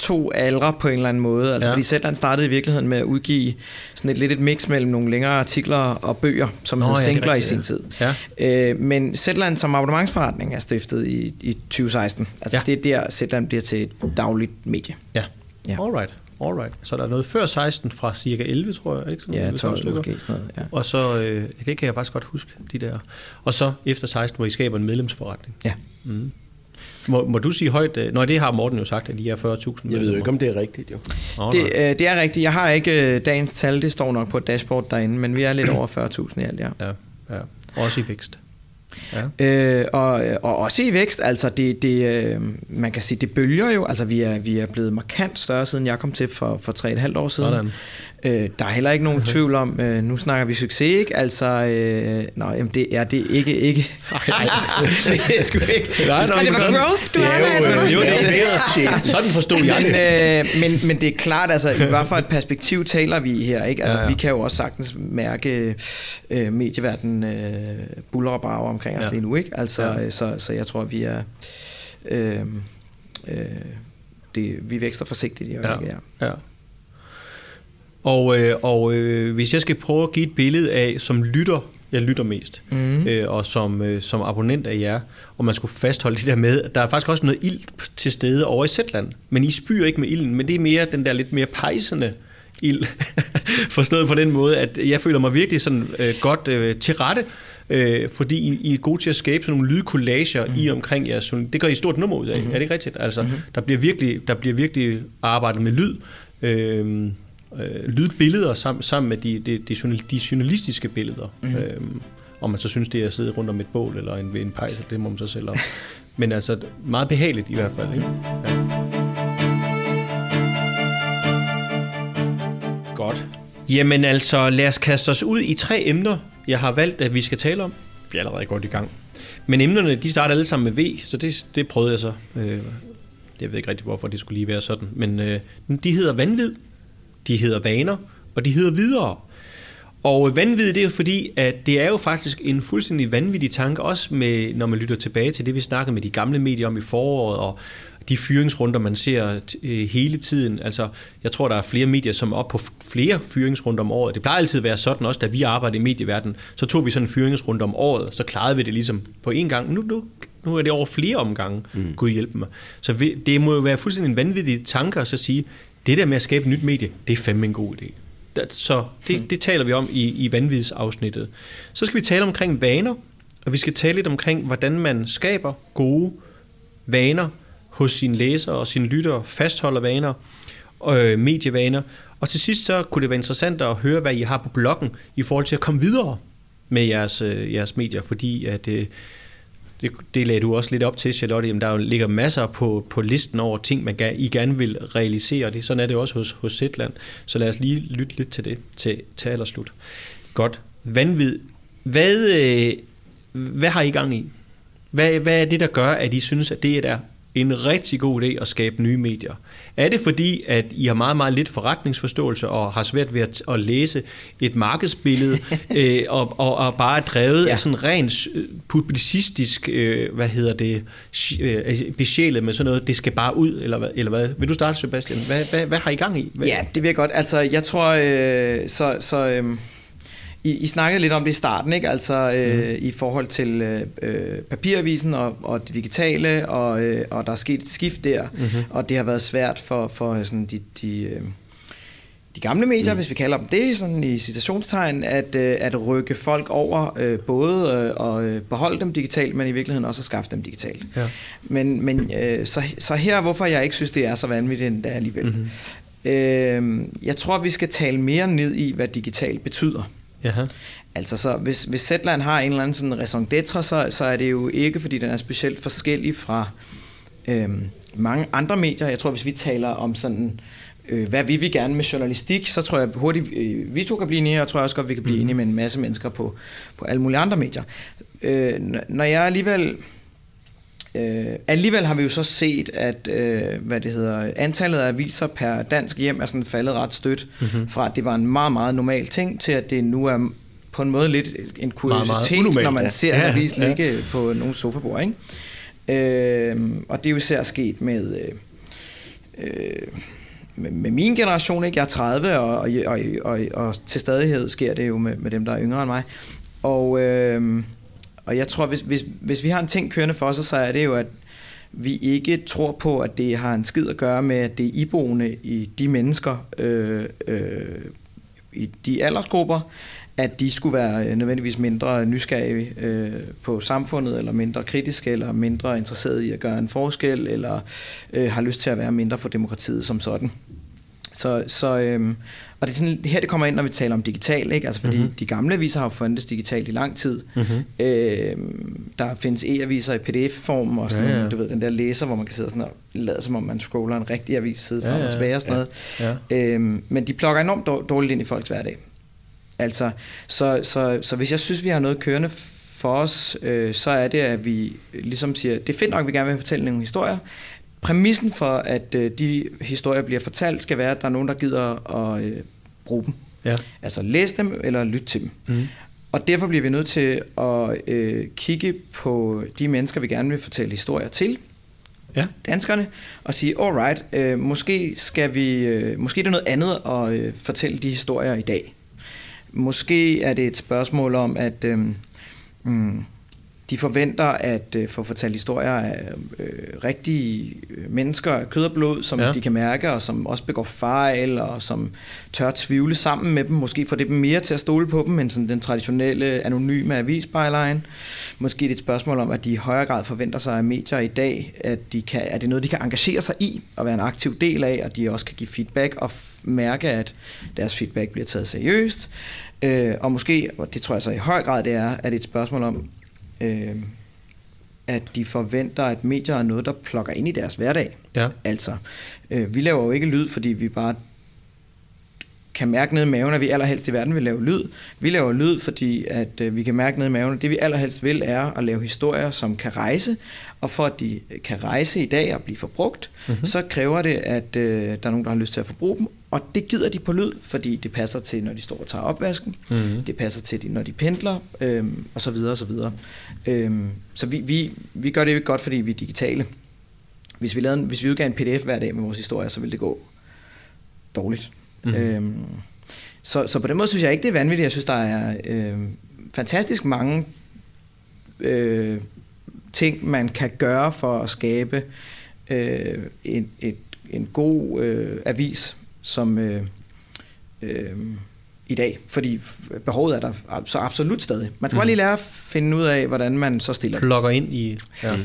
to aldre på en eller anden måde. Altså, fordi Zetland startede i virkeligheden med at udgive sådan et mix mellem nogle længere artikler og bøger, som hed singler i sin tid. Ja. Men Zetland som abonnementsforretning er stiftet i 2016. Altså, det er der, Zetland bliver til et dagligt medie. Ja. Alright. Så der er noget før 16 fra cirka 11, tror jeg, ikke? Sådan 12 måske. Sådan noget, ja. Og så, det kan jeg faktisk godt huske, de der. Og så efter 16, hvor I skaber en medlemsforretning. Ja. Mm. Må du sige højt? Nå, det har Morten jo sagt, at de er 40.000. Jeg ved jo ikke, om det er rigtigt, jo. Det er rigtigt. Jeg har ikke dagens tal, det står nok på et dashboard derinde, men vi er lidt over 40.000 i alt, ja. Ja. Også i vækst. Ja. Og også i vækst, altså man kan sige, det bølger jo, altså vi er blevet markant større, siden jeg kom til for 3,5 år siden. Sådan. Der er heller ikke nogen tvivl om, nu snakker vi succes, ikke? Altså, jamen det er det ikke. Nej, det er sgu ikke. Det var growth, du har. Sådan forstod jeg det. Men det er klart, altså, i hvert fald et perspektiv taler vi her, ikke? Altså, vi kan jo også sagtens mærke medieverdenen buller og brager omkring os lige nu, ikke? Altså, så jeg tror, vi er... vi vækster forsigtigt i øjeblikket, ja. Og hvis jeg skal prøve at give et billede af, som jeg lytter mest, og som abonnent af jer, og man skulle fastholde det der med, der er faktisk også noget ild til stede over i Zetland, men I spyr ikke med ilden, men det er mere den der lidt mere pejsende ild, forstået på den måde, at jeg føler mig virkelig sådan godt til rette, fordi I er gode til at skabe sådan nogle lydcollager i omkring jeres. Det gør I stort nummer ud af, er det ikke rigtigt? Altså, der bliver virkelig arbejdet med lyd, lydbilleder sammen med de journalistiske billeder. Om man så synes, det er at sidde rundt om et bål eller en pejs, det må man så selv om. Men altså, meget behageligt i hvert fald, ikke? Ja. Godt. Jamen altså, lad os kaste os ud i 3 emner, jeg har valgt, at vi skal tale om. Vi er allerede godt i gang. Men emnerne, de starter alle sammen med V, så det prøvede jeg så. Jeg ved ikke rigtig, hvorfor det skulle lige være sådan. Men de hedder vanvid, de hedder vaner, og de hedder videre. Og vanvid, det er jo fordi, at det er jo faktisk en fuldstændig vanvittig tanke, også med, når man lytter tilbage til det, vi snakkede med de gamle medier om i foråret, og de fyringsrunder, man ser hele tiden. Altså, jeg tror, der er flere medier, som er oppe på flere fyringsrunder om året. Det plejer altid at være sådan også, da vi arbejdede i medieverdenen, så tog vi sådan en fyringsrunde om året, så klarede vi det ligesom på en gang. Nu er det over flere omgange, Gud hjælpe mig. Så det må jo være fuldstændig en vanvittig tanke at så sige, det der med at skabe et nyt medie, det er fandme en god idé. Så det taler vi om i vanvidsafsnittet. Så skal vi tale omkring vaner, og vi skal tale lidt omkring, hvordan man skaber gode vaner hos sine læsere og sine lyttere, fastholder vaner og medievaner. Og til sidst så kunne det være interessant at høre, hvad I har på bloggen i forhold til at komme videre med jeres medier, fordi at det lagde du også lidt op til, Charlotte. Jamen, der ligger masser på listen over ting, I gerne vil realisere. Det. Sådan er det også hos Zetland. Så lad os lige lytte lidt til det til allerslut. Godt. Vanvid. Hvad har I gang i? Hvad er det, der gør, at I synes, at det er en rigtig god idé at skabe nye medier? Er det fordi, at I har meget, meget lidt forretningsforståelse og har svært ved at læse et markedsbillede og bare er drevet af sådan rent publicistisk, besjælet med sådan noget, det skal bare ud, eller hvad? Vil du starte, Sebastian? Hvad har I gang i? Ja, det vil jeg godt. Altså, jeg tror, I snakkede lidt om det i starten, ikke? Altså i forhold til papiravisen og det digitale, og der er sket et skift der, og det har været svært for sådan de gamle medier, hvis vi kalder dem det, sådan i citationstegn, at rykke folk over, både at beholde dem digitalt, men i virkeligheden også at skaffe dem digitalt. Ja. Men så her, hvorfor jeg ikke synes, det er så vanvittigt endda alligevel. Jeg tror, vi skal tale mere ned i, hvad digitalt betyder. Jaha. Altså så hvis Zetland har en eller anden sådan raison d'être, så er det jo ikke, fordi den er specielt forskellig fra mange andre medier. Jeg tror, hvis vi taler om sådan, hvad vi gerne med journalistik, så tror jeg hurtigt, vi to kan blive enige, og jeg tror også godt, vi kan blive enige med en masse mennesker på alle mulige andre medier. Når jeg alligevel har vi jo så set, at antallet af aviser per dansk hjem er sådan faldet ret stødt, fra at det var en meget, meget normal ting, til at det nu er på en måde lidt en kuriositet, når man ser en avis ligge på nogle sofabord, ikke? Og det er jo især sket med med min generation, ikke? Jeg er 30, og til stadighed sker det jo med dem, der er yngre end mig. Og jeg tror, hvis vi har en ting kørende for os, så er det jo, at vi ikke tror på, at det har en skid at gøre med, at det er iboende i de mennesker, i de aldersgrupper, at de skulle være nødvendigvis mindre nysgerrige på samfundet, eller mindre kritiske, eller mindre interesserede i at gøre en forskel, eller har lyst til at være mindre for demokratiet som sådan. Og det er sådan, her det kommer ind, når vi taler om digital, ikke? Altså fordi de gamle aviser har jo fundet digitalt i lang tid. Der findes e-aviser i pdf-form og sådan noget, du ved, den der læser, hvor man kan sidde sådan og lade som om man scroller en rigtig avis side frem og tilbage og sådan noget. Men de plukker enormt dårligt ind i folks hverdag. Altså, så hvis jeg synes, vi har noget kørende for os, så er det, at vi ligesom siger, det er fedt nok, at vi gerne vil fortælle nogle historier. Præmissen for, at de historier bliver fortalt, skal være, at der er nogen, der gider at bruge dem. Ja. Altså læse dem eller lytte til dem. Og derfor bliver vi nødt til at kigge på de mennesker, vi gerne vil fortælle historier til, danskerne, og sige, alright, måske er det noget andet at fortælle de historier i dag. Måske er det et spørgsmål om, at de forventer at få fortalt historier af rigtige mennesker af kød og blod, som de kan mærke, og som også begår fejl, og som tør tvivle sammen med dem. Måske får det dem mere til at stole på dem, end sådan den traditionelle, anonyme avisbejlejen. Måske er det et spørgsmål om, at de i højere grad forventer sig af medier i dag, at er det noget, de kan engagere sig i, og være en aktiv del af, og de også kan give feedback, og mærke, at deres feedback bliver taget seriøst. Og måske, og det tror jeg så i høj grad, det er et spørgsmål om, at de forventer, at medier er noget, der plukker ind i deres hverdag. Ja. Altså, vi laver jo ikke lyd, fordi vi bare kan mærke ned i maven, at vi allerhelst i verden vil lave lyd. Vi laver lyd, fordi at vi kan mærke ned i maven, at det vi allerhelst vil, er at lave historier, som kan rejse. Og for at de kan rejse i dag og blive forbrugt, så kræver det, at der er nogen, der har lyst til at forbruge dem. Og det gider de på lyd, fordi det passer til, når de står og tager opvasken. Det passer til, når de pendler, og så videre, og så videre. Så vi gør det jo ikke godt, fordi vi er digitale. Hvis vi udgav en pdf hver dag med vores historier, så ville det gå dårligt. Så på den måde synes jeg ikke, det er vanvittigt. Jeg synes, der er fantastisk mange ting, man kan gøre for at skabe en god avis, som i dag. Fordi behovet er der så absolut stadig. Man skal bare lige lære at finde ud af, hvordan man så stiller det. Plukker ind i... Ja.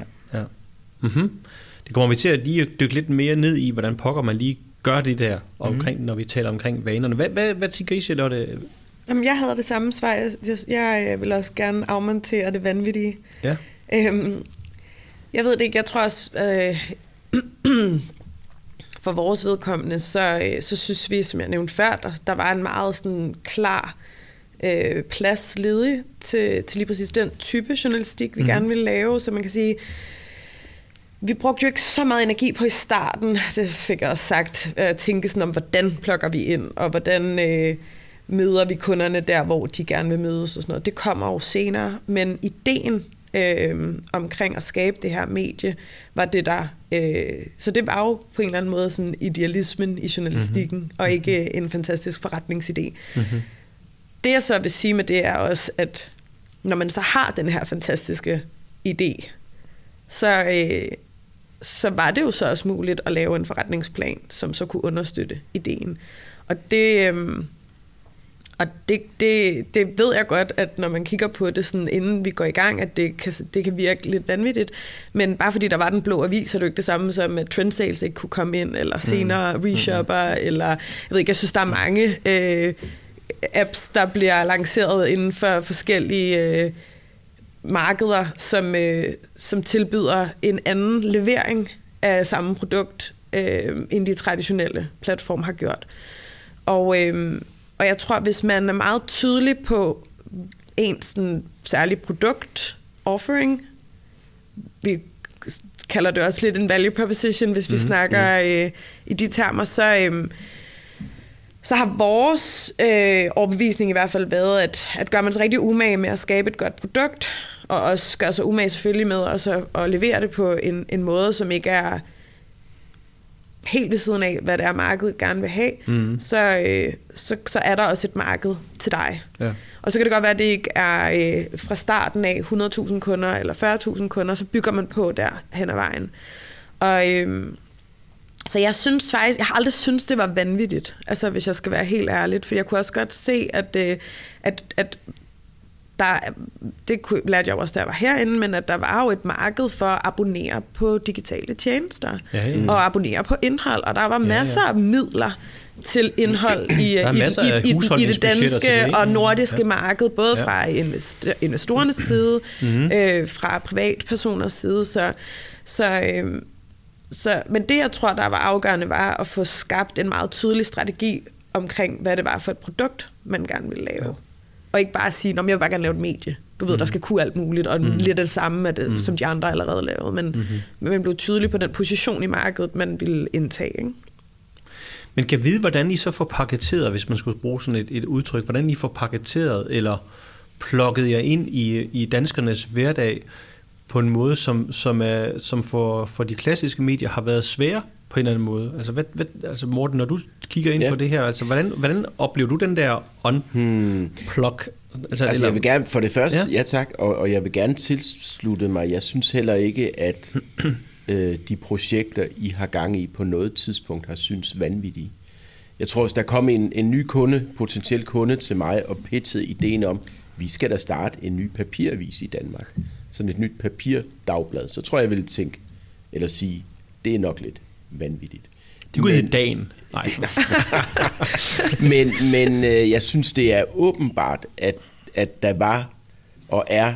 Det kommer vi til at lige dykke lidt mere ned i, hvordan pokker man lige gør det der, omkring, når vi taler omkring vanerne. Hvad tænker I, Charlotte? Jamen, jeg havde det samme svar. Jeg vil også gerne afmontere det vanvittige. Ja. Jeg ved det ikke, jeg tror også, for vores vedkommende, så synes vi, som jeg nævnte før, der var en meget sådan klar plads ledig til lige præcis den type journalistik, vi gerne ville lave, så man kan sige, vi brugte jo ikke så meget energi på i starten, det fik jeg også sagt, at tænke sådan om, hvordan plukker vi ind, og hvordan møder vi kunderne der, hvor de gerne vil mødes og sådan noget. Det kommer jo senere, men ideen omkring at skabe det her medie, var det der, så det var jo på en eller anden måde sådan idealismen i journalistikken, og ikke en fantastisk forretningsidé. Det jeg så vil sige med det er også, at når man så har den her fantastiske idé, så var det jo så også muligt at lave en forretningsplan, som så kunne understøtte ideen. Og det ved jeg godt, at når man kigger på det, sådan, inden vi går i gang, at det kan virke lidt vanvittigt. Men bare fordi der var den blå avis, er det jo ikke det samme som, at Trendsales ikke kunne komme ind, eller senere Reshopper, eller jeg ved ikke, jeg synes, der er mange apps, der bliver lanceret inden for forskellige markeder, som tilbyder en anden levering af samme produkt, end de traditionelle platforme har gjort. Og jeg tror, hvis man er meget tydelig på en sådan særlig produkt-offering, vi kalder det også lidt en value proposition, hvis vi snakker i de termer, så har vores overbevisning i hvert fald været, at gør man sig rigtig umage med at skabe et godt produkt, og også gør sig umage selvfølgelig med også at levere det på en måde, som ikke er helt ved siden af, hvad det er, markedet gerne vil have, så er der også et marked til dig. Ja. Og så kan det godt være, at det ikke er fra starten af 100.000 kunder eller 40.000 kunder, så bygger man på der hen ad vejen. Og så jeg synes faktisk, jeg har aldrig syntes, det var vanvittigt, altså hvis jeg skal være helt ærlig, for jeg kunne også godt se, at der, det lærte jeg også, da jeg var herinde, men at der var jo et marked for at abonnere på digitale tjenester, og abonnere på indhold, og der var masser af midler til indhold i det danske og nordiske marked, både fra investorernes side, fra privatpersoners side, så, men det, jeg tror, der var afgørende, var at få skabt en meget tydelig strategi omkring, hvad det var for et produkt, man gerne ville lave. Ja. Og ikke bare sige, jeg vil bare gerne lave et medie. Du ved, der skal kunne alt muligt, og lidt det samme, som de andre allerede lavede. Men man blev tydelig på den position i markedet, man ville indtage. Ikke? Men kan vide, hvordan I så får paketeret, hvis man skulle bruge sådan et udtryk, hvordan I får paketeret eller plukket jer ind i danskernes hverdag på en måde, som for de klassiske medier har været svære på en eller anden måde. Altså Morten, når du kigger ind på det her, altså hvordan oplever du den der unplug? Altså jeg vil gerne, for det første, ja tak, og jeg vil gerne tilslutte mig, jeg synes heller ikke, at de projekter, I har gang i på noget tidspunkt, har syntes vanvittige. Jeg tror, hvis der kom en ny kunde, potentiel kunde til mig, og pitchede ideen om, vi skal da starte en ny papiravis i Danmark, sådan et nyt papirdagblad, så tror jeg ville tænke, eller sige, det er nok lidt vanvittigt. Det går i dagen. Nej. men jeg synes, det er åbenbart, at der var og er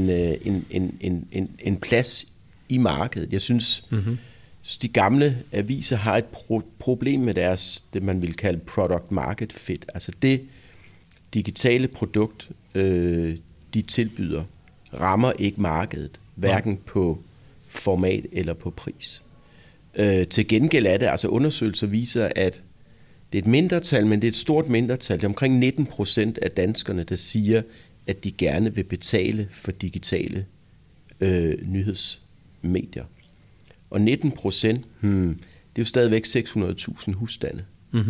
en plads i markedet. Jeg synes, de gamle aviser har et problem med deres, det man vil kalde product market fit. Altså det digitale produkt, de tilbyder, rammer ikke markedet, hverken på format eller på pris. Til gengæld er det, altså undersøgelser viser, at det er et mindretal, men det er et stort mindretal. Det er omkring 19% af danskerne, der siger, at de gerne vil betale for digitale nyhedsmedier. Og 19%, det er jo stadigvæk 600.000 husstande.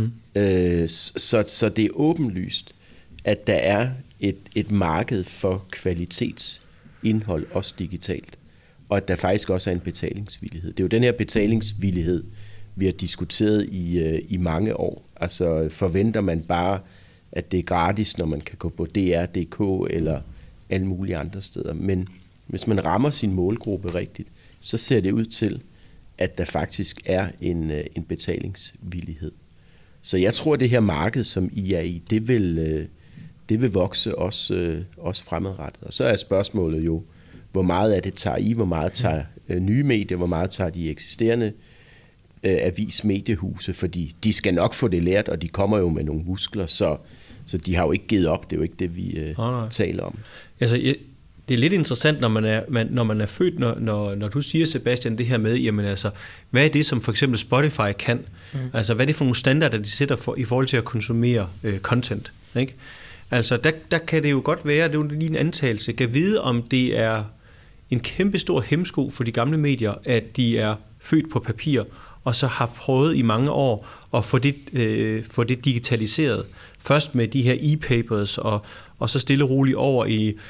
Så det er åbenlyst, at der er et marked for kvalitetsindhold, også digitalt. Og at der faktisk også er en betalingsvillighed. Det er jo den her betalingsvillighed, vi har diskuteret i mange år. Altså forventer man bare, at det er gratis, når man kan gå på DR.dk eller alle mulige andre steder. Men hvis man rammer sin målgruppe rigtigt, så ser det ud til, at der faktisk er en betalingsvillighed. Så jeg tror, at det her marked, som I er i, det vil vokse også fremadrettet. Og så er spørgsmålet jo, hvor meget af det tager I, hvor meget tager nye medier, hvor meget tager de eksisterende avismediehuse, fordi de skal nok få det lært, og de kommer jo med nogle muskler, så de har jo ikke givet op. Det er jo ikke det, vi taler om. Altså, det er lidt interessant, når man er født, når du siger, Sebastian, det her med, jamen altså, hvad er det, som for eksempel Spotify kan? Altså, hvad er det for nogle standarder, de sætter i forhold til at konsumere content, ikke? Altså, der kan det jo godt være, det er jo lige en antagelse, kan vide, om det er en kæmpe stor hæmsko for de gamle medier, at de er født på papir, og så har prøvet i mange år at få det digitaliseret. Først med de her e-papers, og så stille og roligt over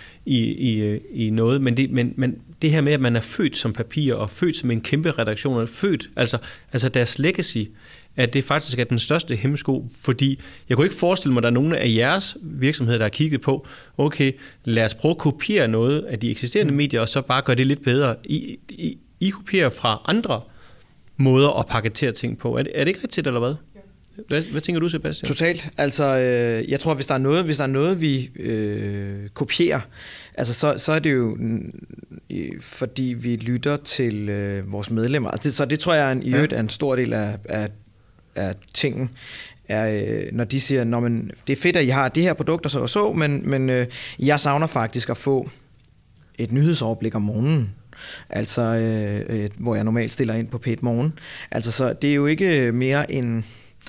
i noget. Men det her med, at man er født som papir, og født som en kæmpe redaktion, og født, altså deres legacy, at det faktisk er den største hæmsko, fordi jeg kunne ikke forestille mig, at der er nogen af jeres virksomheder, der har kigget på, okay, lad os prøve at kopiere noget af de eksisterende medier, og så bare gøre det lidt bedre. I kopierer fra andre måder at paketere ting på. Er det ikke rigtigt, eller hvad? Hvad tænker du, Sebastian? Totalt. Altså, jeg tror, hvis der er noget vi kopierer, altså, så er det jo fordi vi lytter til vores medlemmer. Altså, så det tror jeg i øvrigt er en stor del af tingen. Når de siger, men det er fedt, at I har det her produkt og så, men jeg savner faktisk at få et nyhedsoverblik om morgenen. Altså, hvor jeg normalt stiller ind på P1 Morgen. Altså, så det er jo ikke mere end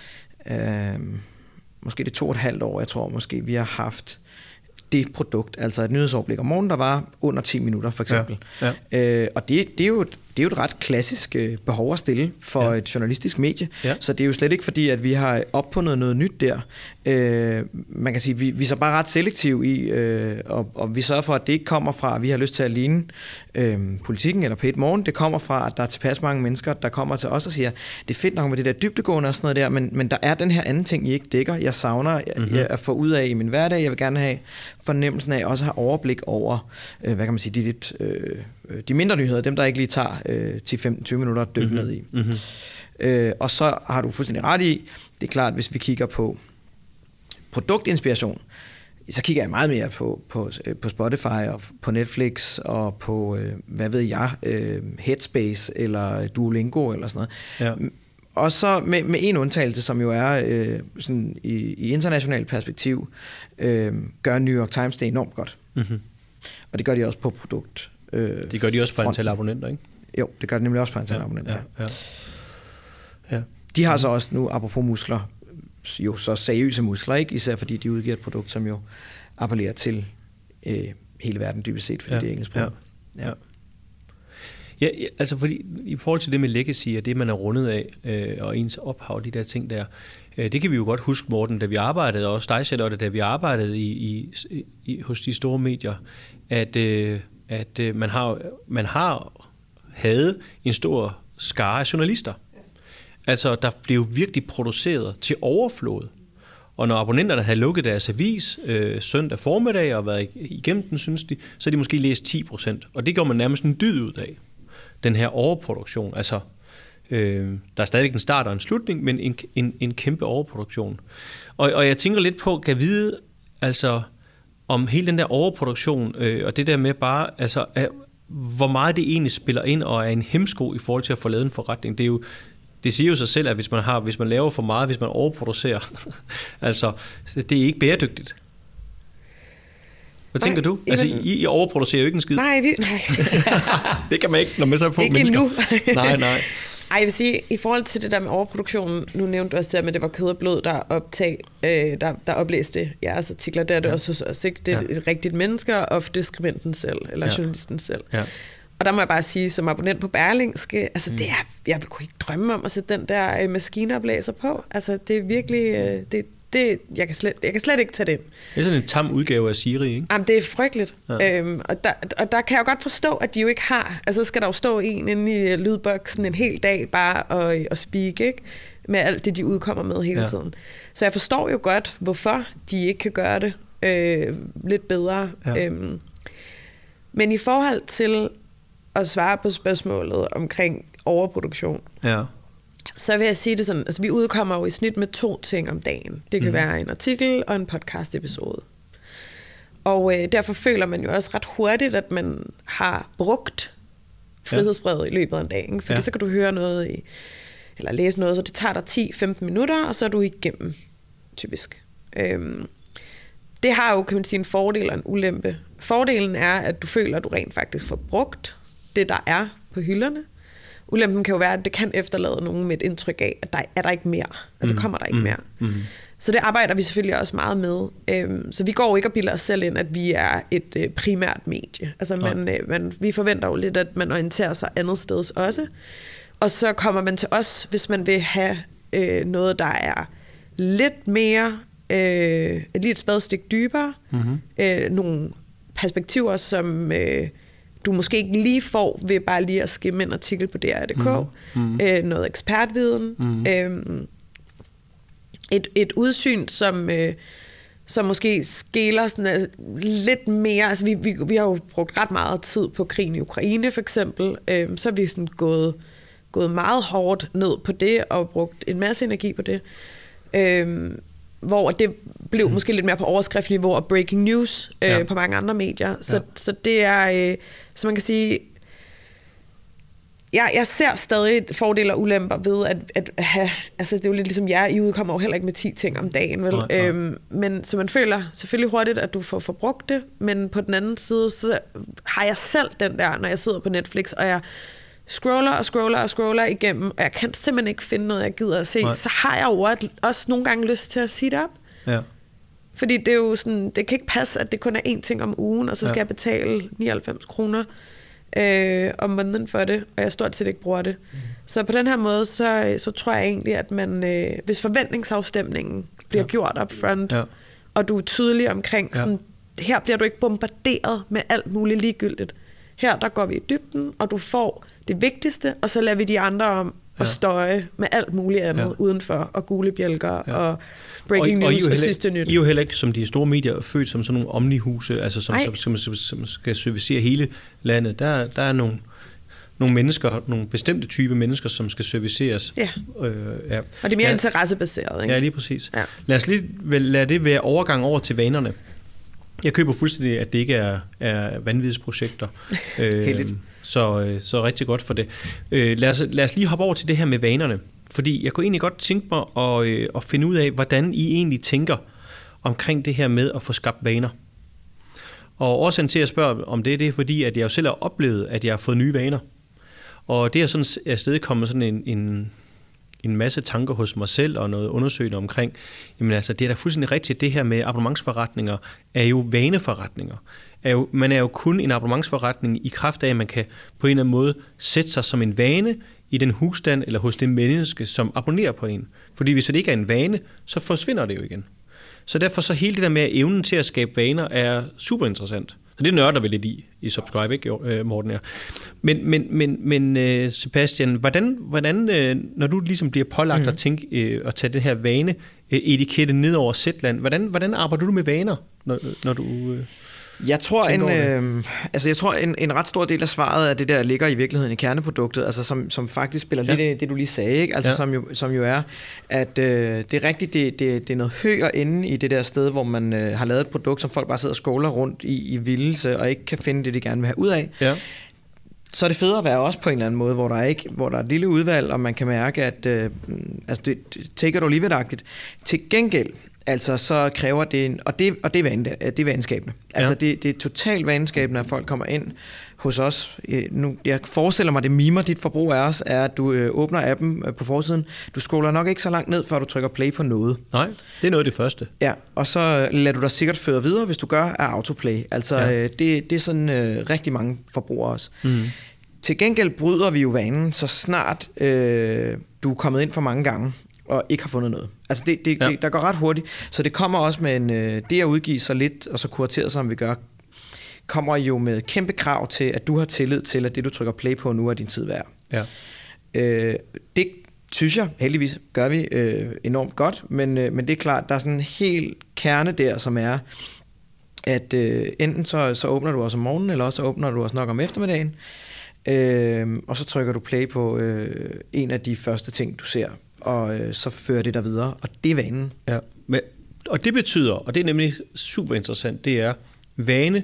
måske det 2,5 år, jeg tror måske, vi har haft det produkt, altså et nyhedsoverblik om morgenen, der var under 10 minutter, for eksempel. Ja. Og det er det er jo et ret klassisk behov at stille for et journalistisk medie. Ja. Så det er jo slet ikke fordi, at vi har opfundet noget nyt der. Man kan sige, vi er så bare ret selektive i, og vi sørger for, at det ikke kommer fra, at vi har lyst til at ligne Politikken eller P1 Morgen. Det kommer fra, at der er tilpas mange mennesker, der kommer til os og siger, det er fedt nok med det der dybdegående og sådan noget der, men der er den her anden ting, I ikke dækker. Jeg savner at få ud af i min hverdag. Jeg vil gerne have fornemmelsen af også at have overblik over, hvad kan man sige, de mindre nyheder, dem der ikke lige tager 10-15-20 minutter at dykke ned i. Og så har du fuldstændig ret i, det er klart, hvis vi kigger på produktinspiration, så kigger jeg meget mere på Spotify og på Netflix og på, hvad ved jeg, Headspace eller Duolingo eller sådan noget. Ja. Og så med en undtagelse, som jo er sådan i internationalt perspektiv, gør New York Times det enormt godt. Og det gør de også på produkt. Det gør de også på antal abonnenter, ikke? Jo, det gør de nemlig også på antal abonnenter. Ja. De har så også nu, apropos muskler, jo så seriøse muskler, ikke? Især fordi de udgiver et produkt, som jo appellerer til hele verden dybest set, fordi det er engelsk. Ja, altså fordi i forhold til det med legacy og det, man er rundet af, og ens ophav, de der ting der, det kan vi jo godt huske, Morten, da vi arbejdede, og også dig, Charlotte, da vi arbejdede hos de store medier, at man havde en stor skare af journalister. Altså, der blev virkelig produceret til overflod. Og når abonnenterne havde lukket deres avis søndag formiddag og været igennem den, synes de, så har de måske læst 10%. Og det gjorde man nærmest en dyd ud af. Den her overproduktion. Altså, der er stadigvæk en start og en slutning, men en kæmpe overproduktion. Og jeg tænker lidt på, kan vide, altså, om hele den der overproduktion, og det der med bare, altså, hvor meget det egentlig spiller ind, og er en hemsko i forhold til at få lavet en forretning. Det siger jo sig selv, at hvis man laver for meget, hvis man overproducerer, altså, det er ikke bæredygtigt. Hvad tænker du? Altså, I overproducerer jo ikke en skid. Nej. Det kan man ikke, når man så er få ikke mennesker. Ikke nej. Ej, jeg vil sige, i forhold til det der med overproduktionen, nu nævnte du også det med, at det var kød og blod, der oplæste jeres artikler. Der er det også hos os, ikke? Det er et rigtigt menneske, og ofte skribenten selv, eller journalisten selv. Ja. Og der må jeg bare sige, som abonnent på Berlingske, altså jeg kunne ikke drømme om at sætte den der maskineoplæser på. Altså det er virkelig, jeg kan slet ikke tage det ind. Det er sådan en tam udgave af Siri, ikke? Jamen, det er frygteligt. Ja. Og der kan jeg jo godt forstå, at de jo ikke har, altså skal der jo stå en inde i lydboksen en hel dag bare og speak, ikke? Med alt det, de udkommer med hele tiden. Så jeg forstår jo godt, hvorfor de ikke kan gøre det lidt bedre. Ja. Men i forhold til at svare på spørgsmålet omkring overproduktion, så vil jeg sige det sådan, altså vi udkommer jo i snit med 2 ting om dagen. Det kan være en artikel og en podcast episode. Og derfor føler man jo også ret hurtigt, at man har brugt frihedsbrevet i løbet af en dag. Ikke? Fordi så kan du høre noget, eller læse noget, så det tager dig 10-15 minutter, og så er du igennem, typisk. Det har jo, kan man sige, en fordel og en ulempe. Fordelen er, at du føler, at du rent faktisk får brugt det, der er på hylderne. Ulempen kan jo være, at det kan efterlade nogen med et indtryk af, at der er der ikke mere. Altså kommer der ikke mere. Så det arbejder vi selvfølgelig også meget med. Så vi går jo ikke og bilder os selv ind, at vi er et primært medie. Altså vi forventer jo lidt, at man orienterer sig andet steds også. Og så kommer man til os, hvis man vil have noget, der er lidt mere, lige et spadestik dybere. Nogle perspektiver, som du måske ikke lige får ved bare lige at skimme en artikel på DR.dk. Noget ekspertviden. Et udsyn, som måske skeler sådan lidt mere. Altså vi har jo brugt ret meget tid på krigen i Ukraine for eksempel. Så er vi sådan gået meget hårdt ned på det og brugt en masse energi på det. Hvor det blev måske lidt mere på overskriftniveau og breaking news på mange andre medier. Så det er, så man kan sige, jeg ser stadig fordele og ulemper ved at have, altså det er jo lidt ligesom jer, I udkommer jo heller ikke med 10 ting om dagen, vel? Men så man føler selvfølgelig hurtigt, at du får forbrugt det, men på den anden side, så har jeg selv den der, når jeg sidder på Netflix, og jeg scroller igennem, og jeg kan simpelthen ikke finde noget, jeg gider at se, så har jeg jo også nogle gange lyst til at sige det op. Ja. Fordi det er jo sådan, det kan ikke passe, at det kun er 1 ting om ugen, og så skal jeg betale 99 kroner om måneden for det, og jeg stort set ikke bruger det. Så på den her måde, så tror jeg egentlig, at man, hvis forventningsafstemningen bliver gjort up front, og du er tydelig omkring sådan, her bliver du ikke bombarderet med alt muligt ligegyldigt. Her der går vi i dybden, og du får det vigtigste, og så lader vi de andre om at støje med alt muligt andet udenfor, og gule bjælker, og breaking news og sidste nyt. I er jo heller ikke, som de store medier, født som sådan nogle omnihuse, altså som skal servicere hele landet. Der er nogle mennesker, nogle bestemte type mennesker, som skal serviceres. Ja. Og det er mere interessebaseret, ikke? Ja, lige præcis. Ja. Lad os lige lade det være overgang over til vanerne. Jeg køber fuldstændig, at det ikke er vanvidsprojekter. Så rigtig godt for det. Lad os lige hoppe over til det her med vanerne. Fordi jeg kunne egentlig godt tænke mig at finde ud af, hvordan I egentlig tænker omkring det her med at få skabt vaner. Og årsagen til at spørge om det er fordi, at jeg jo selv har oplevet, at jeg har fået nye vaner. Og det er sådan afstedkommet sådan en masse tanker hos mig selv og noget undersøgende omkring, jamen altså, det er da fuldstændig rigtigt, det her med abonnementsforretninger er jo vaneforretninger. Man er jo kun en abonnementsforretning i kraft af, at man kan på en eller anden måde sætte sig som en vane i den husstand eller hos det menneske, som abonnerer på en. Fordi hvis det ikke er en vane, så forsvinder det jo igen. Så derfor så hele det der med evnen til at skabe vaner er super interessant. Så det nørder vi lidt i Subscribe, ikke, Morten? Ja. Men Sebastian, hvordan, når du ligesom bliver pålagt at tænke at tage den her vane etikette ned over Zetland, hvordan arbejder du med vaner, når du... Jeg tror, en ret stor del af svaret af det der ligger i virkeligheden i kerneproduktet, altså som faktisk spiller lidt ind i det, du lige sagde, ikke? Altså som jo er, at det er rigtigt, det er noget højere inde i det der sted, hvor man har lavet et produkt, som folk bare sidder og scroller rundt i vildelse, og ikke kan finde det, de gerne vil have ud af. Ja. Så er det federe at være også på en eller anden måde, hvor der er et lille udvalg, og man kan mærke, at det take it or leave it-agtigt. Til gengæld, altså så kræver det og det er vaneskabende. Altså det er totalt vaneskabende, at folk kommer ind hos os. Nu, jeg forestiller mig, det mimer dit forbrug af os, er, at du åbner appen på forsiden. Du scroller nok ikke så langt ned, før du trykker play på noget. Nej, det er noget af det første. Ja, og så lader du dig sikkert føre videre, hvis du gør af autoplay. Altså det er sådan rigtig mange forbrugere også. Til gengæld bryder vi jo vanen, så snart du er kommet ind for mange gange og ikke har fundet noget. Altså der går ret hurtigt. Så det kommer også med det at udgive sig lidt, og så kurateret som vi gør, kommer jo med kæmpe krav til, at du har tillid til, at det du trykker play på nu er din tid værd. Ja. Det synes jeg, heldigvis gør vi enormt godt, men det er klart, der er sådan en helt kerne der, som er, at enten så åbner du også om morgenen, eller også så åbner du også nok om eftermiddagen, og så trykker du play på en af de første ting, du ser, og så fører det dig videre, og det er vanen. Ja. Og det betyder, og det er nemlig super interessant, det er vane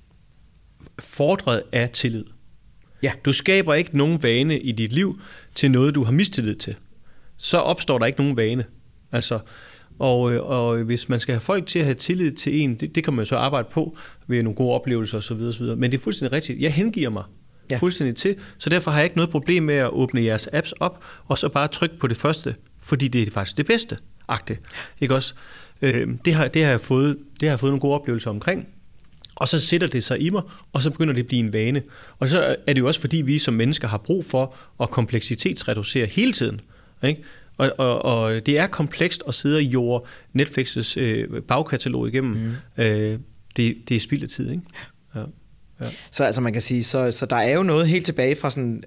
fordret af tillid. Ja. Du skaber ikke nogen vane i dit liv til noget, du har mistillid til. Så opstår der ikke nogen vane. Altså, og hvis man skal have folk til at have tillid til en, det kan man så arbejde på ved nogle gode oplevelser osv. Men det er fuldstændig rigtigt. Jeg hengiver mig fuldstændig til, så derfor har jeg ikke noget problem med at åbne jeres apps op, og så bare trykke på det første, fordi det er faktisk det bedste. Ikke også? Det har jeg fået nogle gode oplevelser omkring, og så sætter det sig i mig, og så begynder det at blive en vane. Og så er det jo også fordi, vi som mennesker har brug for at kompleksitetsreducere hele tiden. Ikke? Og det er komplekst at sidde og jorde Netflix's bagkatalog igennem. Det er spild af tid, ikke? Ja. Ja. Så altså man kan sige, så der er jo noget helt tilbage fra sådan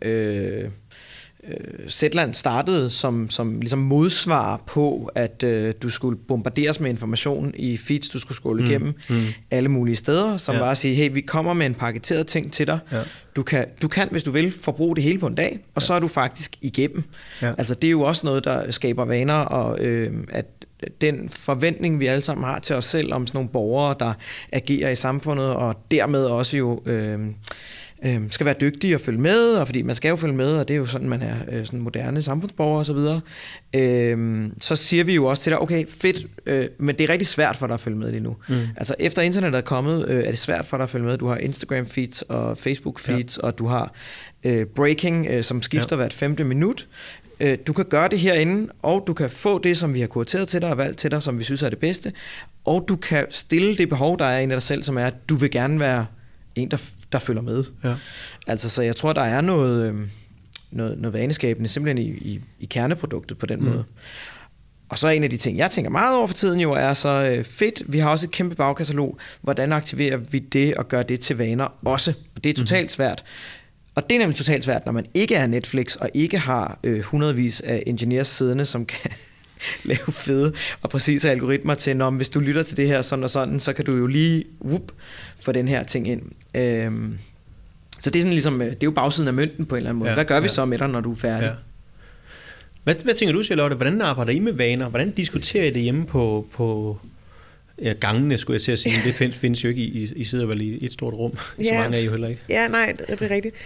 Zetland startede som ligesom modsvar på, at du skulle bombarderes med information i feeds, du skulle scrolle igennem alle mulige steder, som var at sige, hey, vi kommer med en paketeret ting til dig. Ja. Du kan, hvis du vil, forbruge det hele på en dag, og så er du faktisk igennem. Ja. Altså det er jo også noget, der skaber vaner, og at den forventning, vi alle sammen har til os selv om sådan nogle borgere, der agerer i samfundet, og dermed også jo skal være dygtige og følge med, og fordi man skal jo følge med, og det er jo sådan, man er sådan moderne samfundsborger og så videre, så siger vi jo også til dig, okay, fedt, men det er rigtig svært for dig at følge med lige nu. Altså efter internettet er kommet, er det svært for dig at følge med. Du har Instagram feeds og Facebook feeds, og du har breaking, som skifter hvert 5. minut. Du kan gøre det herinde, og du kan få det, som vi har kurateret til dig og valgt til dig, som vi synes er det bedste, og du kan stille det behov, der er inde i dig selv, som er, at du vil gerne være en, der følger med. Ja. Altså, så jeg tror, der er noget vaneskabende simpelthen i kerneproduktet på den måde. Og så en af de ting, jeg tænker meget over for tiden jo, er så fedt. Vi har også et kæmpe bagkatalog. Hvordan aktiverer vi det og gør det til vaner også? Og det er totalt svært. Og det er nemlig totalt svært, når man ikke er Netflix og ikke har hundredvis af engineers siddende, som kan lave fede og præcise algoritmer til, når hvis du lytter til det her sådan og sådan, så kan du jo lige få den her ting ind. Så det er sådan ligesom, det er jo bagsiden af mønten på en eller anden måde. Hvad gør vi så med dig, når du er færdig? Ja. Hvad tænker du, Charlotte? Hvordan arbejder I med vaner? Hvordan diskuterer I det hjemme på gangene, skulle jeg til at sige? Det findes jo ikke. I sidder vel i et stort rum. Så mange er I jo heller ikke. Ja, nej, det er rigtigt.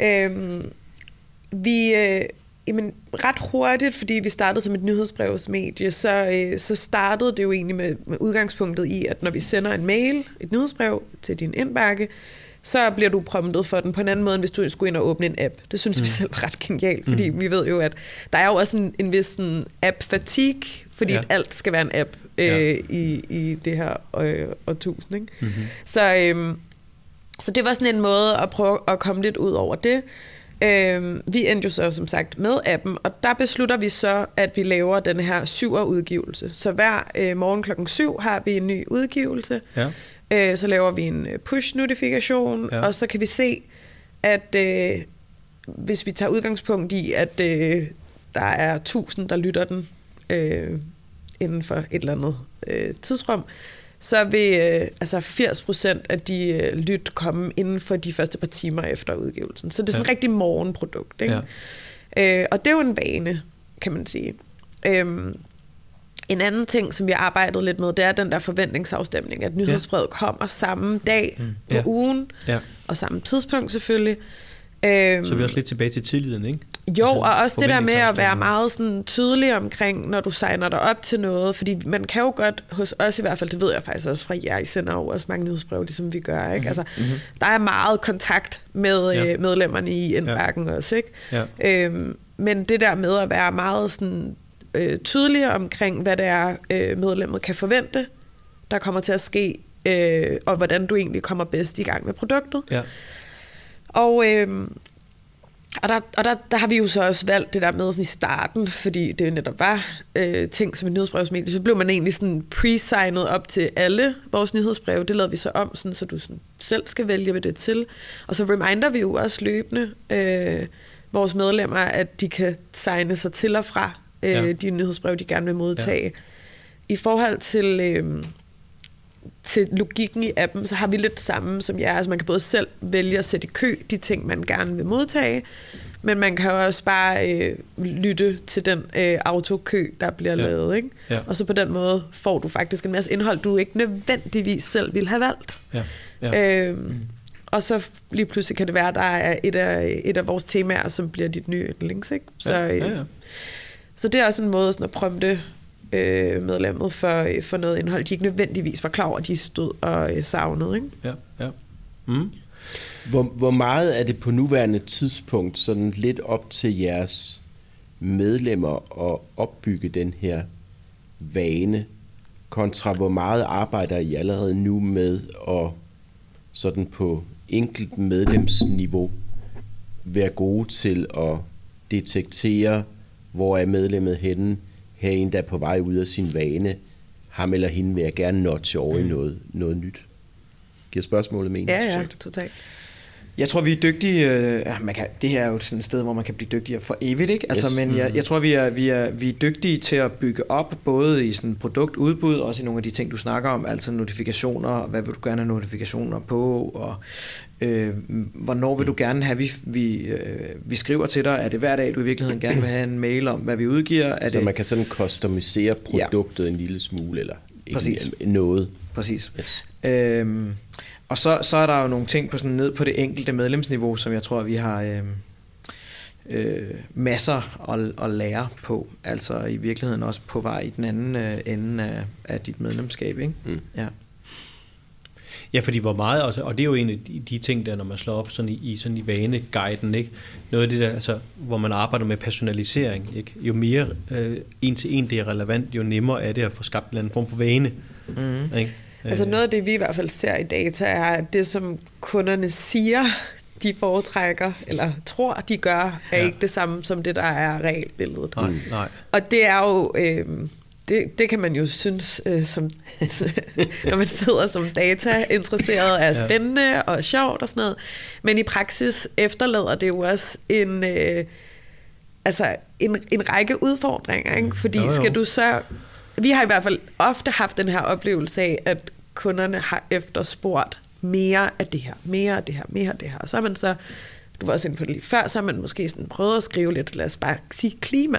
Jamen, ret hurtigt, fordi vi startede som et nyhedsbrevsmedie, så startede det jo egentlig med udgangspunktet i, at når vi sender en mail, et nyhedsbrev til din indbakke, så bliver du promptet for den på en anden måde, end hvis du skulle ind og åbne en app. Det synes vi selv var ret genialt, fordi vi ved jo, at der er jo også en vis app-fatigue, fordi alt skal være en app i det her årtusind. Ikke? Mm-hmm. Så det var sådan en måde at prøve at komme lidt ud over det. Vi endte jo så som sagt med appen, og der beslutter vi så, at vi laver den her 7'er-udgivelse. Så hver morgen klokken 7 har vi en ny udgivelse. Ja. Så laver vi en push-notifikation, og så kan vi se, at hvis vi tager udgangspunkt i, at der er 1000, der lytter den inden for et eller andet tidsrum, så vil 80% af de lyt komme inden for de første par timer efter udgivelsen. Så det er sådan et rigtig morgenprodukt. Ikke? Ja. Og det er jo en vane, kan man sige. En anden ting, som vi har arbejdet lidt med, det er den der forventningsafstemning, at nyhedsbrevet kommer samme dag på ugen, og samme tidspunkt selvfølgelig. Så er vi også lidt tilbage til tilliden, ikke? Jo, altså, og også det der med at være meget sådan tydelig omkring, når du signer dig op til noget, fordi man kan jo godt, hos os i hvert fald, det ved jeg faktisk også fra jer, I sender jo også mange nyhedsbreve, ligesom vi gør, ikke? Altså, der er meget kontakt med medlemmerne i indbakken også, ikke? Ja. Men det der med at være meget sådan tydeligere omkring, hvad det er, medlemmet kan forvente, der kommer til at ske, og hvordan du egentlig kommer bedst i gang med produktet. Ja. Og der har vi jo så også valgt det der med sådan i starten, fordi det jo netop var ting som et nyhedsbrevsmedie, så blev man egentlig sådan pre-signet op til alle vores nyhedsbreve. Det lavede vi så om, sådan, så du sådan selv skal vælge, hvad det er til. Og så reminder vi jo også løbende vores medlemmer, at de kan signe sig til og fra de nyhedsbreve, de gerne vil modtage. Ja. I forhold til logikken i appen, så har vi lidt samme som jer. Altså man kan både selv vælge at sætte i kø de ting, man gerne vil modtage, men man kan også bare lytte til den autokø, der bliver lavet. Ikke? Ja. Og så på den måde får du faktisk en masse indhold, du ikke nødvendigvis selv ville have valgt. Ja. Ja. Og så lige pludselig kan det være, at der er et af vores temaer, som bliver dit nye yndlings. Ikke? Så det er også en måde sådan at prompte medlemmet for noget indhold, de ikke nødvendigvis var klar over, at de stod og savnede. Ikke? Ja, ja. Mm. Hvor meget er det på nuværende tidspunkt sådan lidt op til jeres medlemmer at opbygge den her vane, kontra hvor meget arbejder I allerede nu med at sådan på enkelt medlemsniveau være gode til at detektere, hvor er medlemmet henne, her er en, der er på vej ud af sin vane, ham eller hende vil jeg gerne notche over i noget nyt. Giver spørgsmålet mening? Ja, totalt. Jeg tror, vi er dygtige. Det her er jo sådan et sted, hvor man kan blive dygtigere for evigt, ikke? Altså, yes. Men jeg tror, vi er dygtige til at bygge op, både i sådan produktudbud, og også i nogle af de ting, du snakker om, altså notifikationer, hvad vil du gerne have notifikationer på, og hvornår vil du gerne have, vi skriver til dig, er det hver dag, du i virkeligheden gerne vil have en mail om, hvad vi udgiver? Så man kan sådan customisere produktet en lille smule, eller noget. Præcis. Yes. Og så er der jo nogle ting på sådan ned på det enkelte medlemsniveau, som jeg tror, vi har masser at lære på. Altså i virkeligheden også på vej i den anden ende af dit medlemskab, ikke? Mm. Ja. Ja, fordi hvor meget, og det er jo en af de ting, der når man slår op sådan i vaneguiden, ikke? Noget af det der, altså, hvor man arbejder med personalisering, ikke? Jo mere en til en det er relevant, jo nemmere er det at få skabt en eller anden form for vane. Mm. Ikke? Altså noget af det, vi i hvert fald ser i data, er, at det, som kunderne siger, de foretrækker, eller tror, de gør, er ikke det samme som det, der er regelbilledet. Nej. Og det er jo... Det kan man jo synes, som, når man sidder som data-interesseret, er spændende og sjovt og sådan noget. Men i praksis efterlader det jo også en række udfordringer. Ikke? Fordi skal du så... Vi har i hvert fald ofte haft den her oplevelse af, at kunderne har efterspurgt mere af det her, mere af det her, mere af det her. Og så har man så, du var også inde på det lige før, så har man måske sådan prøvet at skrive lidt, lad os bare sige klima.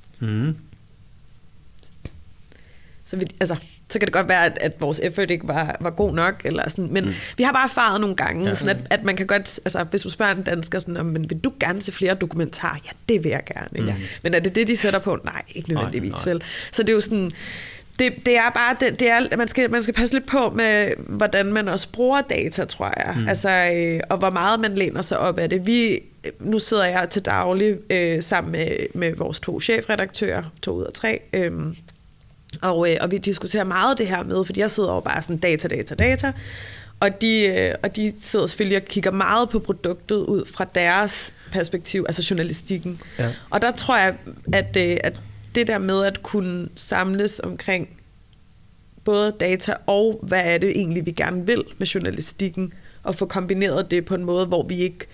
Så kan det godt være, at vores effort ikke var god nok, eller sådan, men vi har bare erfaret nogle gange, sådan at man kan godt, altså hvis du spørger en dansker sådan, men vil du gerne se flere dokumentarer? Ja, det vil jeg gerne. Ikke? Men er det de sætter på? Nej, ikke nødvendigvis vel. Så det er jo sådan, det er bare, man skal passe lidt på med, hvordan man også bruger data, tror jeg. Altså, og hvor meget man læner sig op af det. Nu sidder jeg til daglig sammen med vores 2 chefredaktører, 2 ud af 3, og vi diskuterer meget det her med, fordi jeg sidder over bare sådan data, og de sidder selvfølgelig og kigger meget på produktet ud fra deres perspektiv, altså journalistikken. Ja. Og der tror jeg, at det der med at kunne samles omkring både data og hvad er det egentlig, vi gerne vil med journalistikken, og få kombineret det på en måde, hvor vi ikke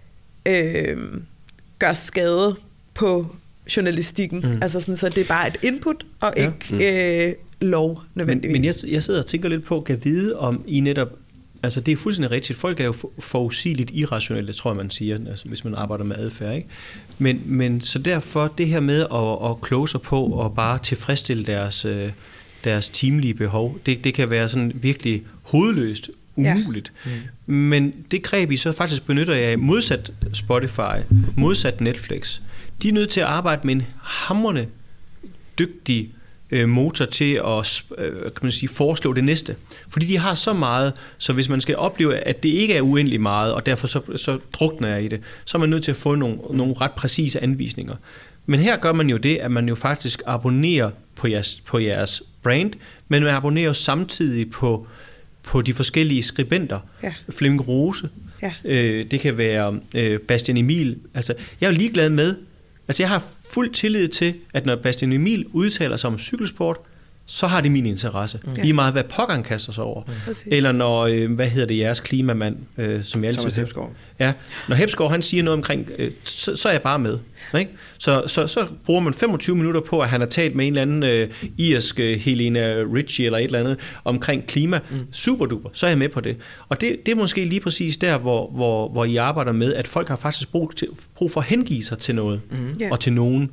gør skade på journalistikken. Altså sådan, så det er bare et input, og ikke lov nødvendigvis. Men jeg sidder og tænker lidt på, kan vide om I netop, altså det er fuldstændig rigtigt, folk er jo forudsigeligt irrationelle, tror jeg man siger, altså, hvis man arbejder med adfærd, ikke? Men så derfor det her med at kloge sig på og bare tilfredsstille deres teamlige behov, det kan være sådan virkelig hovedløst umuligt. Men det greb I så faktisk benytter jeg modsat Spotify, modsat Netflix. De er nødt til at arbejde med en hamrende dygtig motor til at kan man sige, foreslå det næste. Fordi de har så meget, så hvis man skal opleve, at det ikke er uendelig meget, og derfor så drukner jeg i det, så er man nødt til at få nogle ret præcise anvisninger. Men her gør man jo det, at man jo faktisk abonnerer på jeres brand, men man abonnerer jo samtidig på de forskellige skribenter. Ja. Flemming Rose, det kan være Bastian Emil. Altså, jeg er jo ligeglad med, altså jeg har fuld tillid til, at når Bastian Emil udtaler sig om cykelsport, så har det min interesse. Lige meget, hvad pokkeren kaster sig over. Eller når, jeres klimamand, som jeg altid... Thomas Hepsgaard. Ja, når Hepsgaard, han siger noget omkring, så er jeg bare med. Ikke? Så bruger man 25 minutter på, at han har talt med en eller anden irsk Helena Ritchie eller et eller andet omkring klima. Super duper, så er jeg med på det. Og det er måske lige præcis der, hvor I arbejder med, at folk har faktisk brug for at hengive sig til noget og til nogen.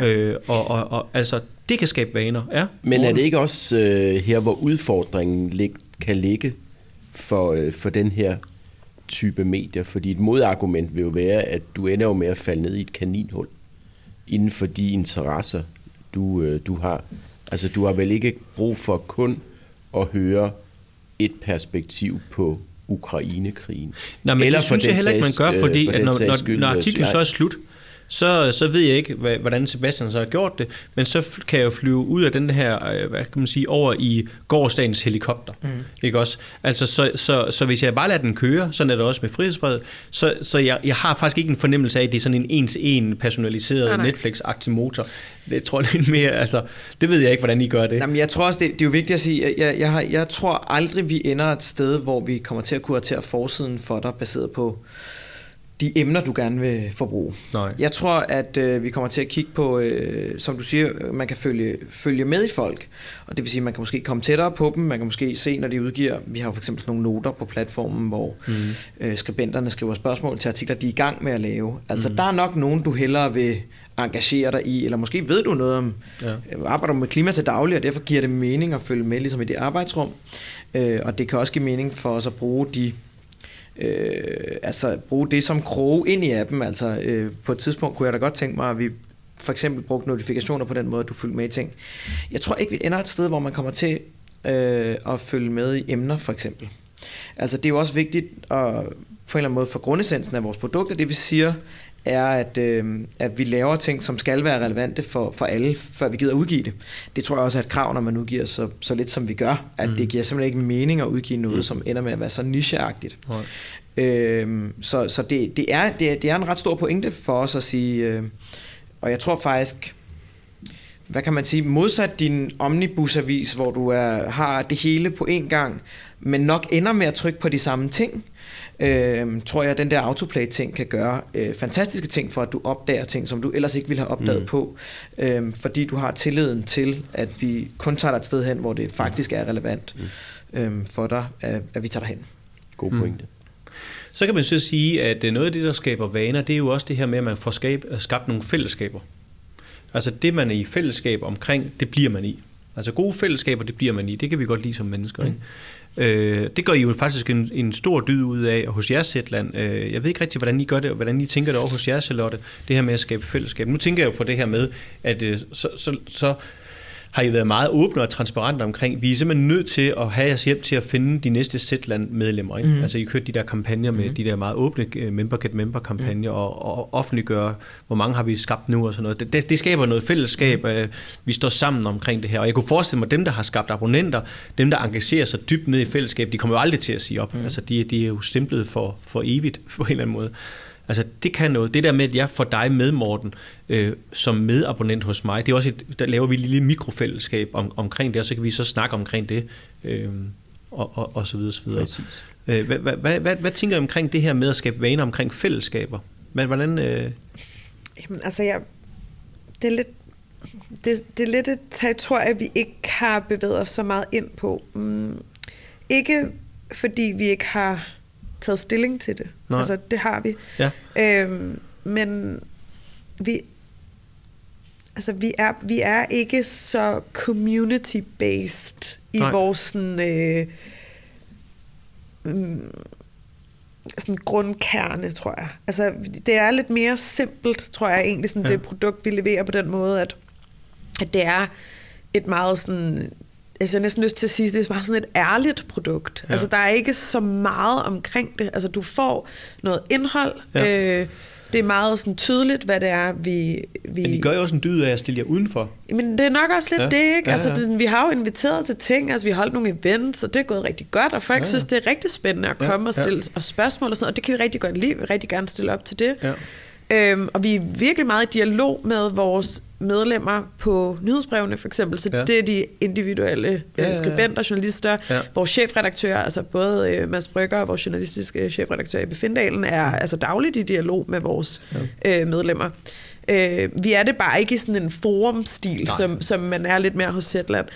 Og altså, det kan skabe vaner. Ja. Men er det ikke også her, hvor udfordringen kan ligge for den her type medier? Fordi et modargument vil jo være, at du ender jo med at falde ned i et kaninhul inden for de interesser, du har. Altså, du har vel ikke brug for kun at høre et perspektiv på Ukraine-krigen. Nej, men eller det synes jeg heller ikke, man gør, fordi at når artiklen så er slut, så ved jeg ikke, hvordan Sebastian så har gjort det, men så kan jeg jo flyve ud af den her, hvad kan man sige, over i gårdsdagens helikopter. Ikke også? Altså, så hvis jeg bare lader den køre, sådan er det også med Frihedsbrevet, så jeg har faktisk ikke en fornemmelse af, at det er sådan en en-til-en personaliseret Netflix-aktiv motor. Det tror jeg lidt mere, altså, det ved jeg ikke, hvordan I gør det. Jamen, jeg tror også, det er jo vigtigt at sige, jeg tror aldrig, vi ender et sted, hvor vi kommer til at kuratere forsiden for dig, baseret på de emner, du gerne vil forbruge. Nej. Jeg tror, at vi kommer til at kigge på, som du siger, man kan følge med i folk, og det vil sige, man kan måske komme tættere på dem, man kan måske se, når de udgiver, vi har jo for eksempel sådan nogle noter på platformen, hvor skribenterne skriver spørgsmål til artikler, de er i gang med at lave. Altså, der er nok nogen, du hellere vil engagere dig i, eller måske ved du noget om, arbejder med klima til daglig, og derfor giver det mening at følge med ligesom i det arbejdsrum, og det kan også give mening for os at bruge bruge det som kroge ind i appen. Altså på et tidspunkt kunne jeg da godt tænke mig, at vi for eksempel brugte notifikationer på den måde, at du følger med i ting. Jeg tror ikke, vi ender et sted, hvor man kommer til at følge med i emner, for eksempel. Altså det er jo også vigtigt at, på en eller anden måde for grundessensen af vores produkter, det vi siger, er, at vi laver ting, som skal være relevante for alle, før vi gider udgive det. Det tror jeg også er et krav, når man udgiver så lidt, som vi gør, at det giver simpelthen ikke mening at udgive noget, som ender med at være så nicheagtigt. Så det er en ret stor pointe for os at sige, og jeg tror faktisk, hvad kan man sige, modsat din omnibusavis, hvor du har det hele på én gang, men nok ender med at trykke på de samme ting, tror jeg, at den der autoplay-ting kan gøre fantastiske ting for, at du opdager ting, som du ellers ikke ville have opdaget på, fordi du har tilliden til, at vi kun tager dig et sted hen, hvor det faktisk er relevant for dig, at vi tager dig hen. God pointe. Så kan man så sige, at noget af det, der skaber vaner, det er jo også det her med, at man får skabt nogle fællesskaber. Altså det, man er i fællesskab omkring, det bliver man i. Altså gode fællesskaber, det bliver man i. Det kan vi godt lide som mennesker, ikke? Det gør I jo faktisk en stor dyd ud af hos jer, Zetland. Jeg ved ikke rigtig, hvordan I gør det, og hvordan I tænker det over hos jer, Charlotte, det her med at skabe fællesskab. Nu tænker jeg jo på det her med, at så har I været meget åbne og transparente omkring. Vi er simpelthen nødt til at have jeres hjælp til at finde de næste Zetland-medlemmer. Ikke? Altså I kørte de der kampagner med de der meget åbne member-get-member-kampagner og offentliggøre, hvor mange har vi skabt nu og sådan noget. Det skaber noget fællesskab. Vi står sammen omkring det her. Og jeg kunne forestille mig, at dem, der har skabt abonnenter, dem, der engagerer sig dybt ned i fællesskab, de kommer jo aldrig til at sige op. Altså de er jo stemplet for evigt på en eller anden måde. Altså, det kan noget. Det der med, at jeg får dig med, Morten, som medabonnent hos mig, det er også der laver vi et lille mikrofællesskab omkring det, og så kan vi så snakke omkring det, og så videre, så videre. Hvad tænker I omkring det her med at skabe vaner omkring fællesskaber? Hvordan? Jamen, altså, det er lidt et territorie, vi ikke har bevæget os så meget ind på. Ikke fordi vi ikke har taget stilling til det. Nej. Altså, det har vi. Ja. Men vi er ikke så community-based i vores sådan grundkerne, tror jeg. Altså, det er lidt mere simpelt, tror jeg egentlig, sådan det produkt, vi leverer på den måde, at det er et meget sådan, altså jeg har næsten lyst til at sige, at det er meget sådan et ærligt produkt. Ja. Altså der er ikke så meget omkring det. Altså du får noget indhold. Ja. Det er meget sådan tydeligt, hvad det er, vi... Men I gør jo også en dyd af at stille jer udenfor. Men det er nok også lidt det, ikke? Altså vi har jo inviteret til ting, altså vi har holdt nogle events, og det er gået rigtig godt, og folk synes, det er rigtig spændende at komme og stille og spørgsmål og sådan noget, og det kan vi rigtig godt lide. Vi vil rigtig gerne stille op til det. Ja. Og vi er virkelig meget i dialog med vores medlemmer på nyhedsbrevene for eksempel, så det er de individuelle skribenter, journalister, vores chefredaktører, altså både Mads Brygger og vores journalistiske chefredaktør i Befindalen er altså dagligt i dialog med vores medlemmer. Vi er det bare ikke i sådan en forumstil, som man er lidt mere hos Zetland.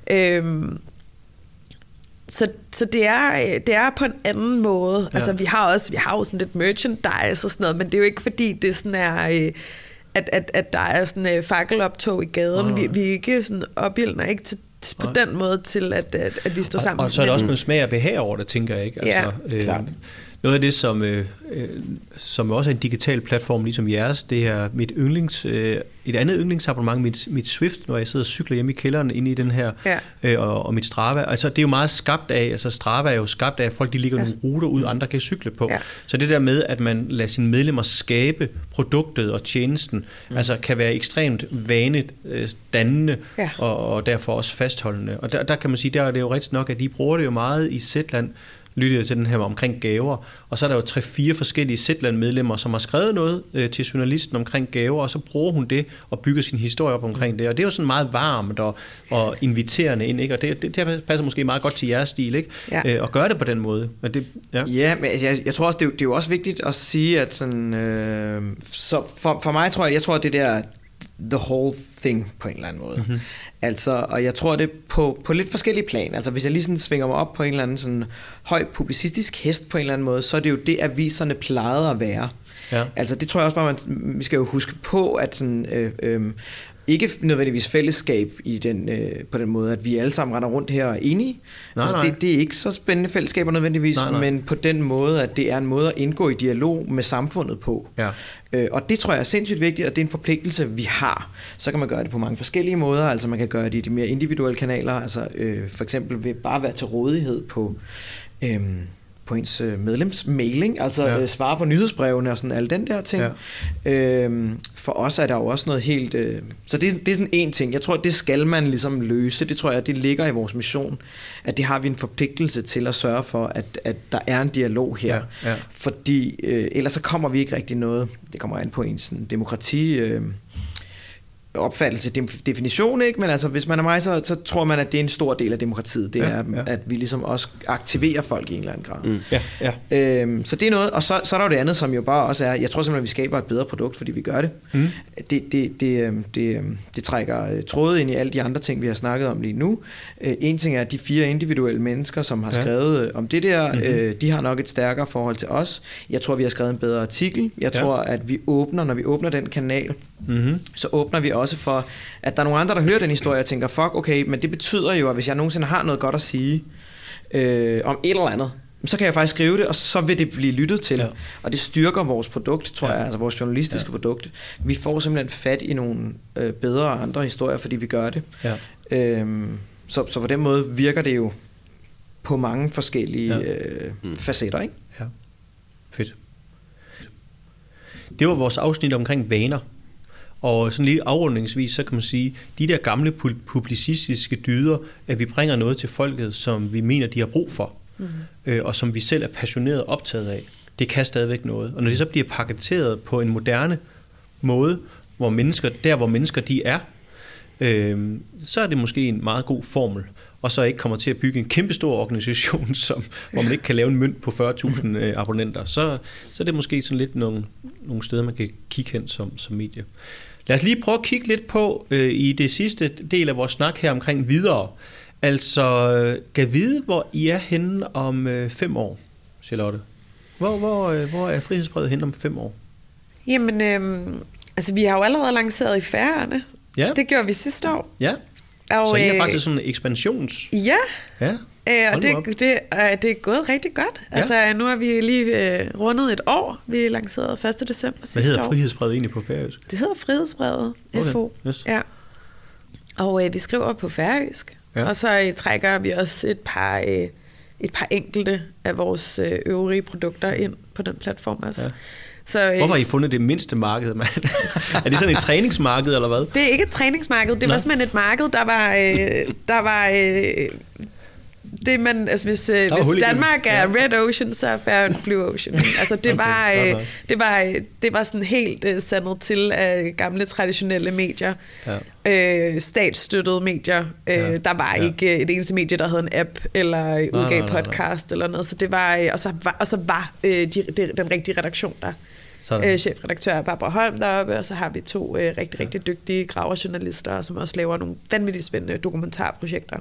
Så det er på en anden måde. Ja. Altså vi har jo sådan lidt merchandise og sådan noget, men det er jo ikke fordi det sådan er at der er sådan fakkeloptog i gaden. Vi er ikke sådan opildner ikke til på den måde til at vi står sammen. Og så er der også noget smag og behag over det, tænker jeg, ikke? Altså, klart. Noget af det, som også er en digital platform, ligesom jeres, det er et andet yndlingsabonnement, mit Swift, når jeg sidder og cykler hjemme i kælderen inde i den her, og mit Strava. Altså, det er jo meget skabt af, altså Strava er jo skabt af, at folk de ligger nogle ruter ud, andre kan cykle på. Ja. Så det der med, at man lader sine medlemmer skabe produktet og tjenesten, altså kan være ekstremt vanedannende, og derfor også fastholdende. Og der kan man sige, der er det jo rigtigt nok, at de bruger det jo meget i Zetland, lyttede til den her omkring gaver, og så er der jo 3-4 forskellige Zetland-medlemmer, som har skrevet noget til journalisten omkring gaver, og så bruger hun det og bygger sin historie op omkring det, og det er jo sådan meget varmt og inviterende ind, ikke? Og det passer måske meget godt til jeres stil, ikke? Ja. Og gøre det på den måde. Men det, men jeg tror også, det er jo også vigtigt at sige, at sådan, så for mig tror jeg tror, at det der the whole thing på en eller anden måde. Mm-hmm. Altså, og jeg tror det på lidt forskellige plan. Altså hvis jeg lige sådan svinger mig op på en eller anden sådan høj publicistisk hest på en eller anden måde, så er det jo det, aviserne plejede at være. Ja. Altså det tror jeg også bare, vi skal jo huske på, at sådan, ikke nødvendigvis fællesskab i på den måde, at vi alle sammen render rundt her og er enige. Det er ikke så spændende fællesskaber nødvendigvis, men på den måde, at det er en måde at indgå i dialog med samfundet på. Ja. Og det tror jeg er sindssygt vigtigt, og det er en forpligtelse, vi har. Så kan man gøre det på mange forskellige måder, altså man kan gøre det i de mere individuelle kanaler, altså for eksempel ved bare at være til rådighed på ens medlemsmailing, altså svare på nyhedsbrevene og sådan alle den der ting. Ja. For os er der jo også noget helt... så det er sådan en ting. Jeg tror, det skal man ligesom løse. Det tror jeg, det ligger i vores mission, at det har vi en forpligtelse til at sørge for, at der er en dialog her. Ja. Ja. Fordi ellers så kommer vi ikke rigtig noget. Det kommer an på en sådan demokrati... opfattelse, definition, ikke? Men altså, hvis man er mig, så tror man, at det er en stor del af demokratiet. Det er, at vi ligesom også aktiverer folk i en eller anden grad. Så det er noget, og så er der jo det andet, som jo bare også er, jeg tror simpelthen, at vi skaber et bedre produkt, fordi vi gør det. Det trækker tråde ind i alle de andre ting, vi har snakket om lige nu. En ting er, at de 4 individuelle mennesker, som har skrevet om det der, de har nok et stærkere forhold til os. Jeg tror, vi har skrevet en bedre artikel. Jeg tror, at vi åbner, når vi åbner den kanal, så åbner vi også for, at der er nogle andre, der hører den historie og tænker, fuck, okay, men det betyder jo, at hvis jeg nogensinde har noget godt at sige om et eller andet, så kan jeg faktisk skrive det, og så vil det blive lyttet til. Ja. Og det styrker vores produkt, tror jeg, altså vores journalistiske produkt. Vi får simpelthen fat i nogle bedre og andre historier, fordi vi gør det. Ja. Så på den måde virker det jo på mange forskellige facetter, ikke? Ja, fedt. Det var vores afsnit omkring vaner. Og sådan lige afrundingsvis, så kan man sige, de der gamle publicistiske dyder, at vi bringer noget til folket, som vi mener, de har brug for, og som vi selv er passioneret optaget af, det kan stadigvæk noget. Og når det så bliver paketeret på en moderne måde, hvor mennesker de er, så er det måske en meget god formel, og så ikke kommer til at bygge en kæmpestor organisation, hvor man ikke kan lave en mønt på 40.000 abonnenter. Så er det måske sådan lidt nogle steder, man kan kigge hen som medie. Lad os lige prøve at kigge lidt på i det sidste del af vores snak her omkring videre. Altså, kan vide, hvor I er henne om 5 år, Charlotte? Hvor er Frihedsbrevet henne om 5 år? Jamen, altså vi har jo allerede lanceret i Færøerne. Ja. Det gjorde vi sidste år. Ja. Og, så I er faktisk sådan en ekspansions... Ja. Og det er gået rigtig godt. Ja. Altså, nu har vi lige rundet et år. Vi lancerede 1. december sidste år. Hvad hedder Frihedsbrevet egentlig på færøsk? Det hedder Frihedsbrevet, FO. Just. Ja. Og vi skriver på færøsk. Ja. Og så trækker vi også et par enkelte af vores øvrige produkter ind på den platform også. Ja. Så, hvorfor har I fundet det mindste marked, mand? Er det sådan et træningsmarked, eller hvad? Det er ikke et træningsmarked. Det var simpelthen et marked, der var det man, altså hvis Danmark er Red Ocean, så er Færøerne Blue Ocean. Altså det var sådan helt sandet til af gamle traditionelle medier, statsstøttede medier. Der var ikke et eneste medie, der havde en app eller udgav podcast eller noget. Så det var og så var den rigtige redaktion der. Chefredaktør Barbara Holm deroppe, og så har vi 2 rigtig dygtige graverjournalister, som også laver nogle vanvittigt spændende dokumentarprojekter.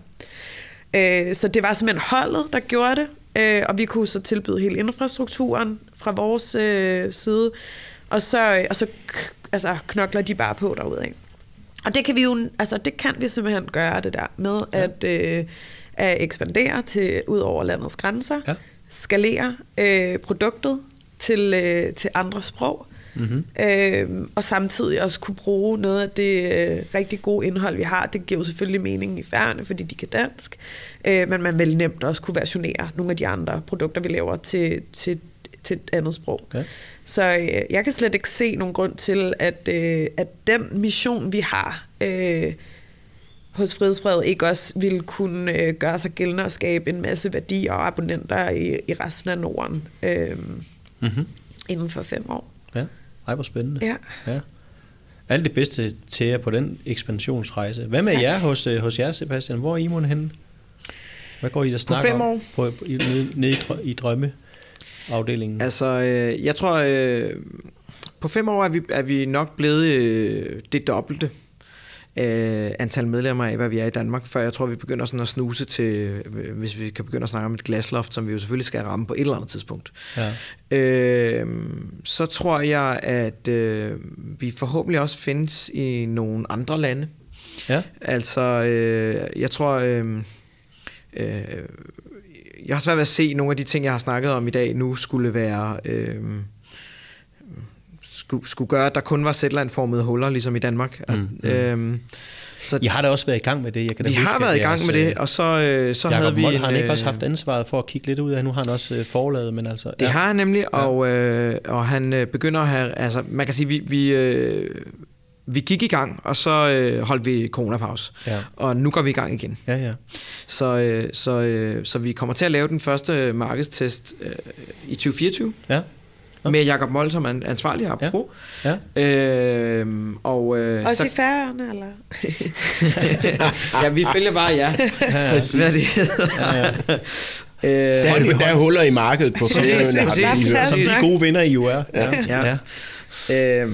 Så det var simpelthen holdet, der gjorde det, og vi kunne så tilbyde hele infrastrukturen fra vores side, og så knokler de bare på derude. Og det kan vi jo, altså det kan vi simpelthen gøre det der med at ekspandere til ud over landets grænser, skalere produktet til andre sprog, og samtidig også kunne bruge noget af det rigtig gode indhold, vi har. Det giver jo selvfølgelig mening i Færøerne, fordi de kan dansk, men man vil nemt også kunne versionere nogle af de andre produkter, vi laver til et andet sprog. Okay. Så jeg kan slet ikke se nogen grund til, at den mission, vi har hos Frihedsbrevet, ikke også ville kunne gøre sig gældende og skabe en masse værdi og abonnenter i resten af Norden inden for 5 år. Ja, hvor spændende. Ja. Alt det bedste til jer på den ekspansionsrejse. Hvad med jer hos jer, Sebastian? Hvor er I mon henne? Hvad går I der snakker om? På 5 år? Nede i drømmeafdelingen? Altså, jeg tror, på 5 år er vi nok blevet det dobbelte antal medlemmer af, hvad vi er i Danmark, før jeg tror, vi begynder sådan at snuse til, hvis vi kan begynde at snakke om et glasloft, som vi jo selvfølgelig skal ramme på et eller andet tidspunkt. Ja. Så tror jeg, at vi forhåbentlig også findes i nogle andre lande. Ja. Altså, jeg tror... jeg har svært ved at se nogle af de ting, jeg har snakket om i dag, nu skulle være... skulle gøre, at der kun var Zetland-formede huller, ligesom i Danmark. Så I har da også været i gang med det. Vi har været i gang med det, og så havde vi... Jakob har han ikke også haft ansvaret for at kigge lidt ud af? Nu har han også forlaget, men altså... Det har han nemlig, og han begynder at have... Altså, man kan sige, vi gik i gang, og så holdt vi coronapause. Ja. Og nu går vi i gang igen. Ja. Så vi kommer til at lave den første markedstest i 2024. Ja. Med Jakob Moll som ansvarlig apropos. Ja. Også i Færøerne, eller? Ja, vi følger bare Præcis. Der er huller i markedet på Færøerne. Som de gode venner i jo er. Ja.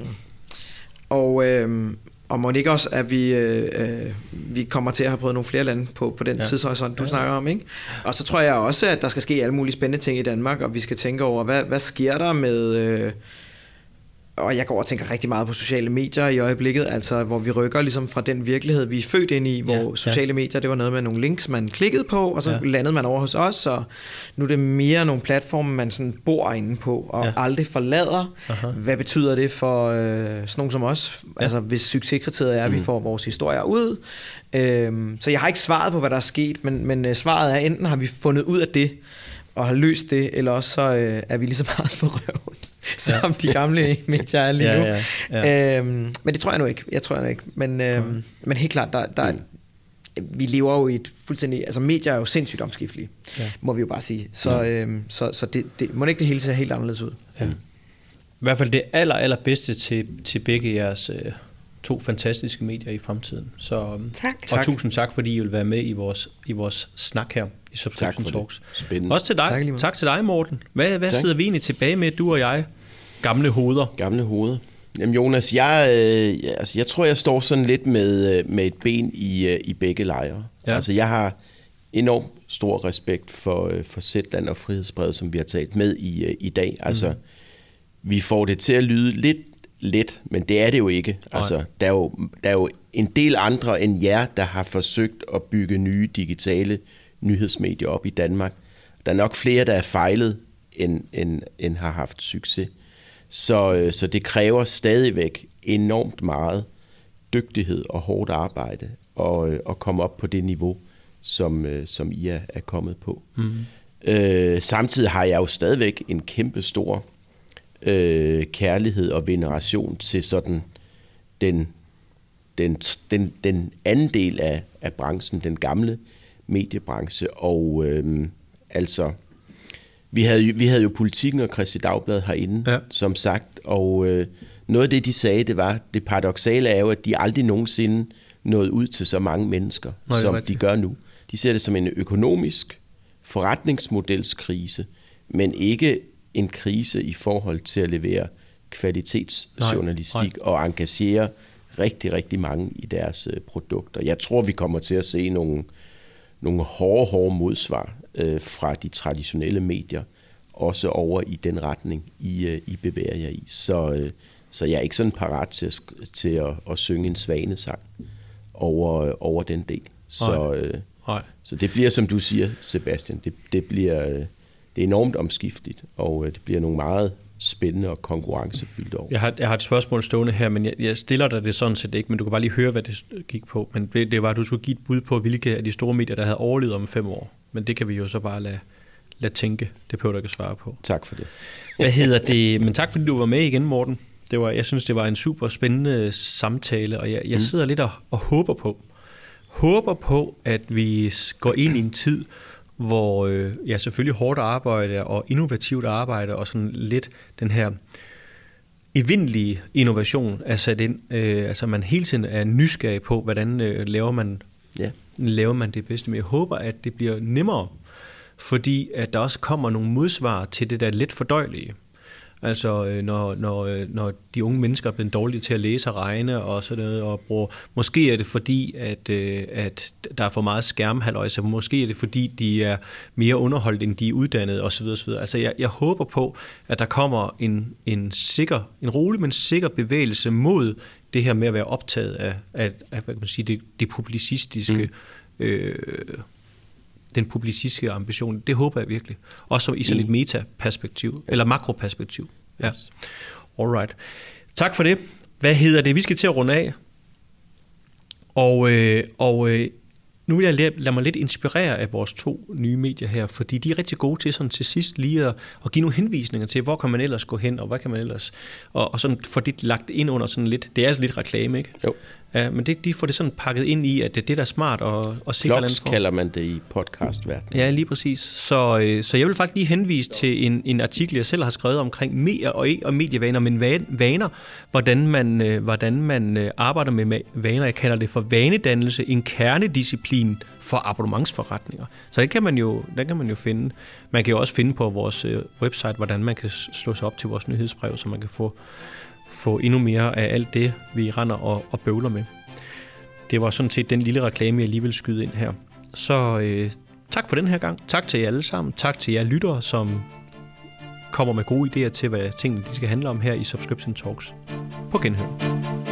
Og må det ikke også, at vi kommer til at have prøvet nogle flere lande på den tidshorisont, du snakker om, ikke? Og så tror jeg også, at der skal ske alle mulige spændende ting i Danmark, og vi skal tænke over, hvad sker der med... Og jeg går og tænker rigtig meget på sociale medier i øjeblikket, altså hvor vi rykker ligesom fra den virkelighed, vi er født ind i, hvor sociale medier, det var noget med nogle links, man klikkede på, og så landede man over hos os, og nu er det mere nogle platforme, man sådan bor inde på, og aldrig forlader. Aha. Hvad betyder det for sådan nogen som os? Altså hvis succeskriteriet er, at vi får vores historier ud. Så jeg har ikke svaret på, hvad der er sket, men svaret er, enten har vi fundet ud af det, og har løst det, eller også så er vi lige så meget på røven, som de gamle medier er lige nu. Ja. Men det tror jeg nu ikke. Men helt klart, vi lever jo i et fuldstændig... Altså medier er jo sindssygt omskiftelige, må vi jo bare sige. Så det må ikke det hele se helt anderledes ud. Ja. I hvert fald det allerbedste til begge jeres... to fantastiske medier i fremtiden. Så, tak. Og tusind tak, fordi I vil være med i vores snak her i Subscription Talks. Spændende. Også til dig. Tak til dig, Morten. Hvad sidder vi egentlig tilbage med, du og jeg? Gamle hoveder. Jamen Jonas, jeg tror, jeg står sådan lidt med et ben i begge lejre. Ja. Altså jeg har enormt stor respekt for Zetland og Frihedsbrevet, som vi har talt med i dag. Altså vi får det til at lyde lidt, men det er det jo ikke. Altså, der er jo en del andre end jer, der har forsøgt at bygge nye digitale nyhedsmedier op i Danmark. Der er nok flere, der er fejlet, end har haft succes. Så det kræver stadigvæk enormt meget dygtighed og hårdt arbejde at komme op på det niveau, som I er kommet på. Mm-hmm. Samtidig har jeg jo stadigvæk en kæmpe stor kærlighed og veneration til sådan den anden del af branchen, den gamle mediebranche, og altså vi havde jo Politikken og Kristeligt Dagblad herinde, som sagt, og noget af det, de sagde, det paradoksale er jo, at de aldrig nogensinde nåede ud til så mange mennesker, som de gør nu. De ser det som en økonomisk forretningsmodelskrise, men ikke en krise i forhold til at levere kvalitetsjournalistik og engagere rigtig, rigtig mange i deres produkter. Jeg tror, vi kommer til at se nogle hårde modsvar fra de traditionelle medier, også over i den retning, I bevæger jer i. Så jeg er ikke sådan parat til at synge en svanesang over den del. Så det bliver, som du siger, Sebastian, det er enormt omskifteligt, og det bliver nogle meget spændende og konkurrencefyldte år. Jeg har et spørgsmål stående her, men jeg stiller dig det sådan set ikke, men du kan bare lige høre, hvad det gik på. Men det var, at du skulle give et bud på, hvilke af de store medier, der havde overlevet om 5 år. Men det kan vi jo så bare lade tænke. Det behøver du ikke at svare på. Tak for det. Hvad hedder det? Men tak, fordi du var med igen, Morten. Jeg synes, det var en super spændende samtale, og jeg sidder lidt og håber på, at vi går ind i en tid, hvor selvfølgelig hårdt arbejde og innovativt arbejde og sådan lidt den her evindelige innovation er sat ind. Altså man hele tiden er nysgerrig på, hvordan laver man det bedste. Men jeg håber, at det bliver nemmere, fordi at der også kommer nogle modsvar til det der lidt fordøjelige. Altså når de unge mennesker er blevet dårlige til at læse og regne og sådan noget, og måske er det fordi, at der er for meget skærmhalløjse, måske er det fordi, de er mere underholdt, end de er uddannet osv. Altså jeg håber på, at der kommer en rolig, men sikker bevægelse mod det her med at være optaget af hvad kan man sige, det publicistiske, den publicistiske ambition. Det håber jeg virkelig. Også i sådan et metaperspektiv, eller makroperspektiv. Ja. Alright. Tak for det. Hvad hedder det? Vi skal til at runde af. Og nu vil jeg lade mig lidt inspirere af vores 2 nye medier her, fordi de er rigtig gode til sådan til sidst lige at give nogle henvisninger til, hvor kan man ellers gå hen, og hvad kan man ellers... Og sådan få det lagt ind under sådan lidt... Det er lidt reklame, ikke? Jo. Ja, men de får det sådan pakket ind i, at det er det, der er smart og sikkert. Blogs kalder man det i podcastverdenen. Ja, lige præcis. Så jeg vil faktisk lige henvise til en artikel, jeg selv har skrevet omkring medier og medievaner, men vaner, hvordan man arbejder med vaner. Jeg kalder det for vanedannelse, en kernedisciplin for abonnementsforretninger. Så det kan man jo finde. Man kan jo også finde på vores website, hvordan man kan slå sig op til vores nyhedsbrev, så man kan få endnu mere af alt det, vi render og bøvler med. Det var sådan set den lille reklame, jeg lige vil skyde ind her. Så tak for den her gang. Tak til jer alle sammen. Tak til jer lyttere, som kommer med gode idéer til, hvad tingene de skal handle om her i Subscription Talks. På genhør.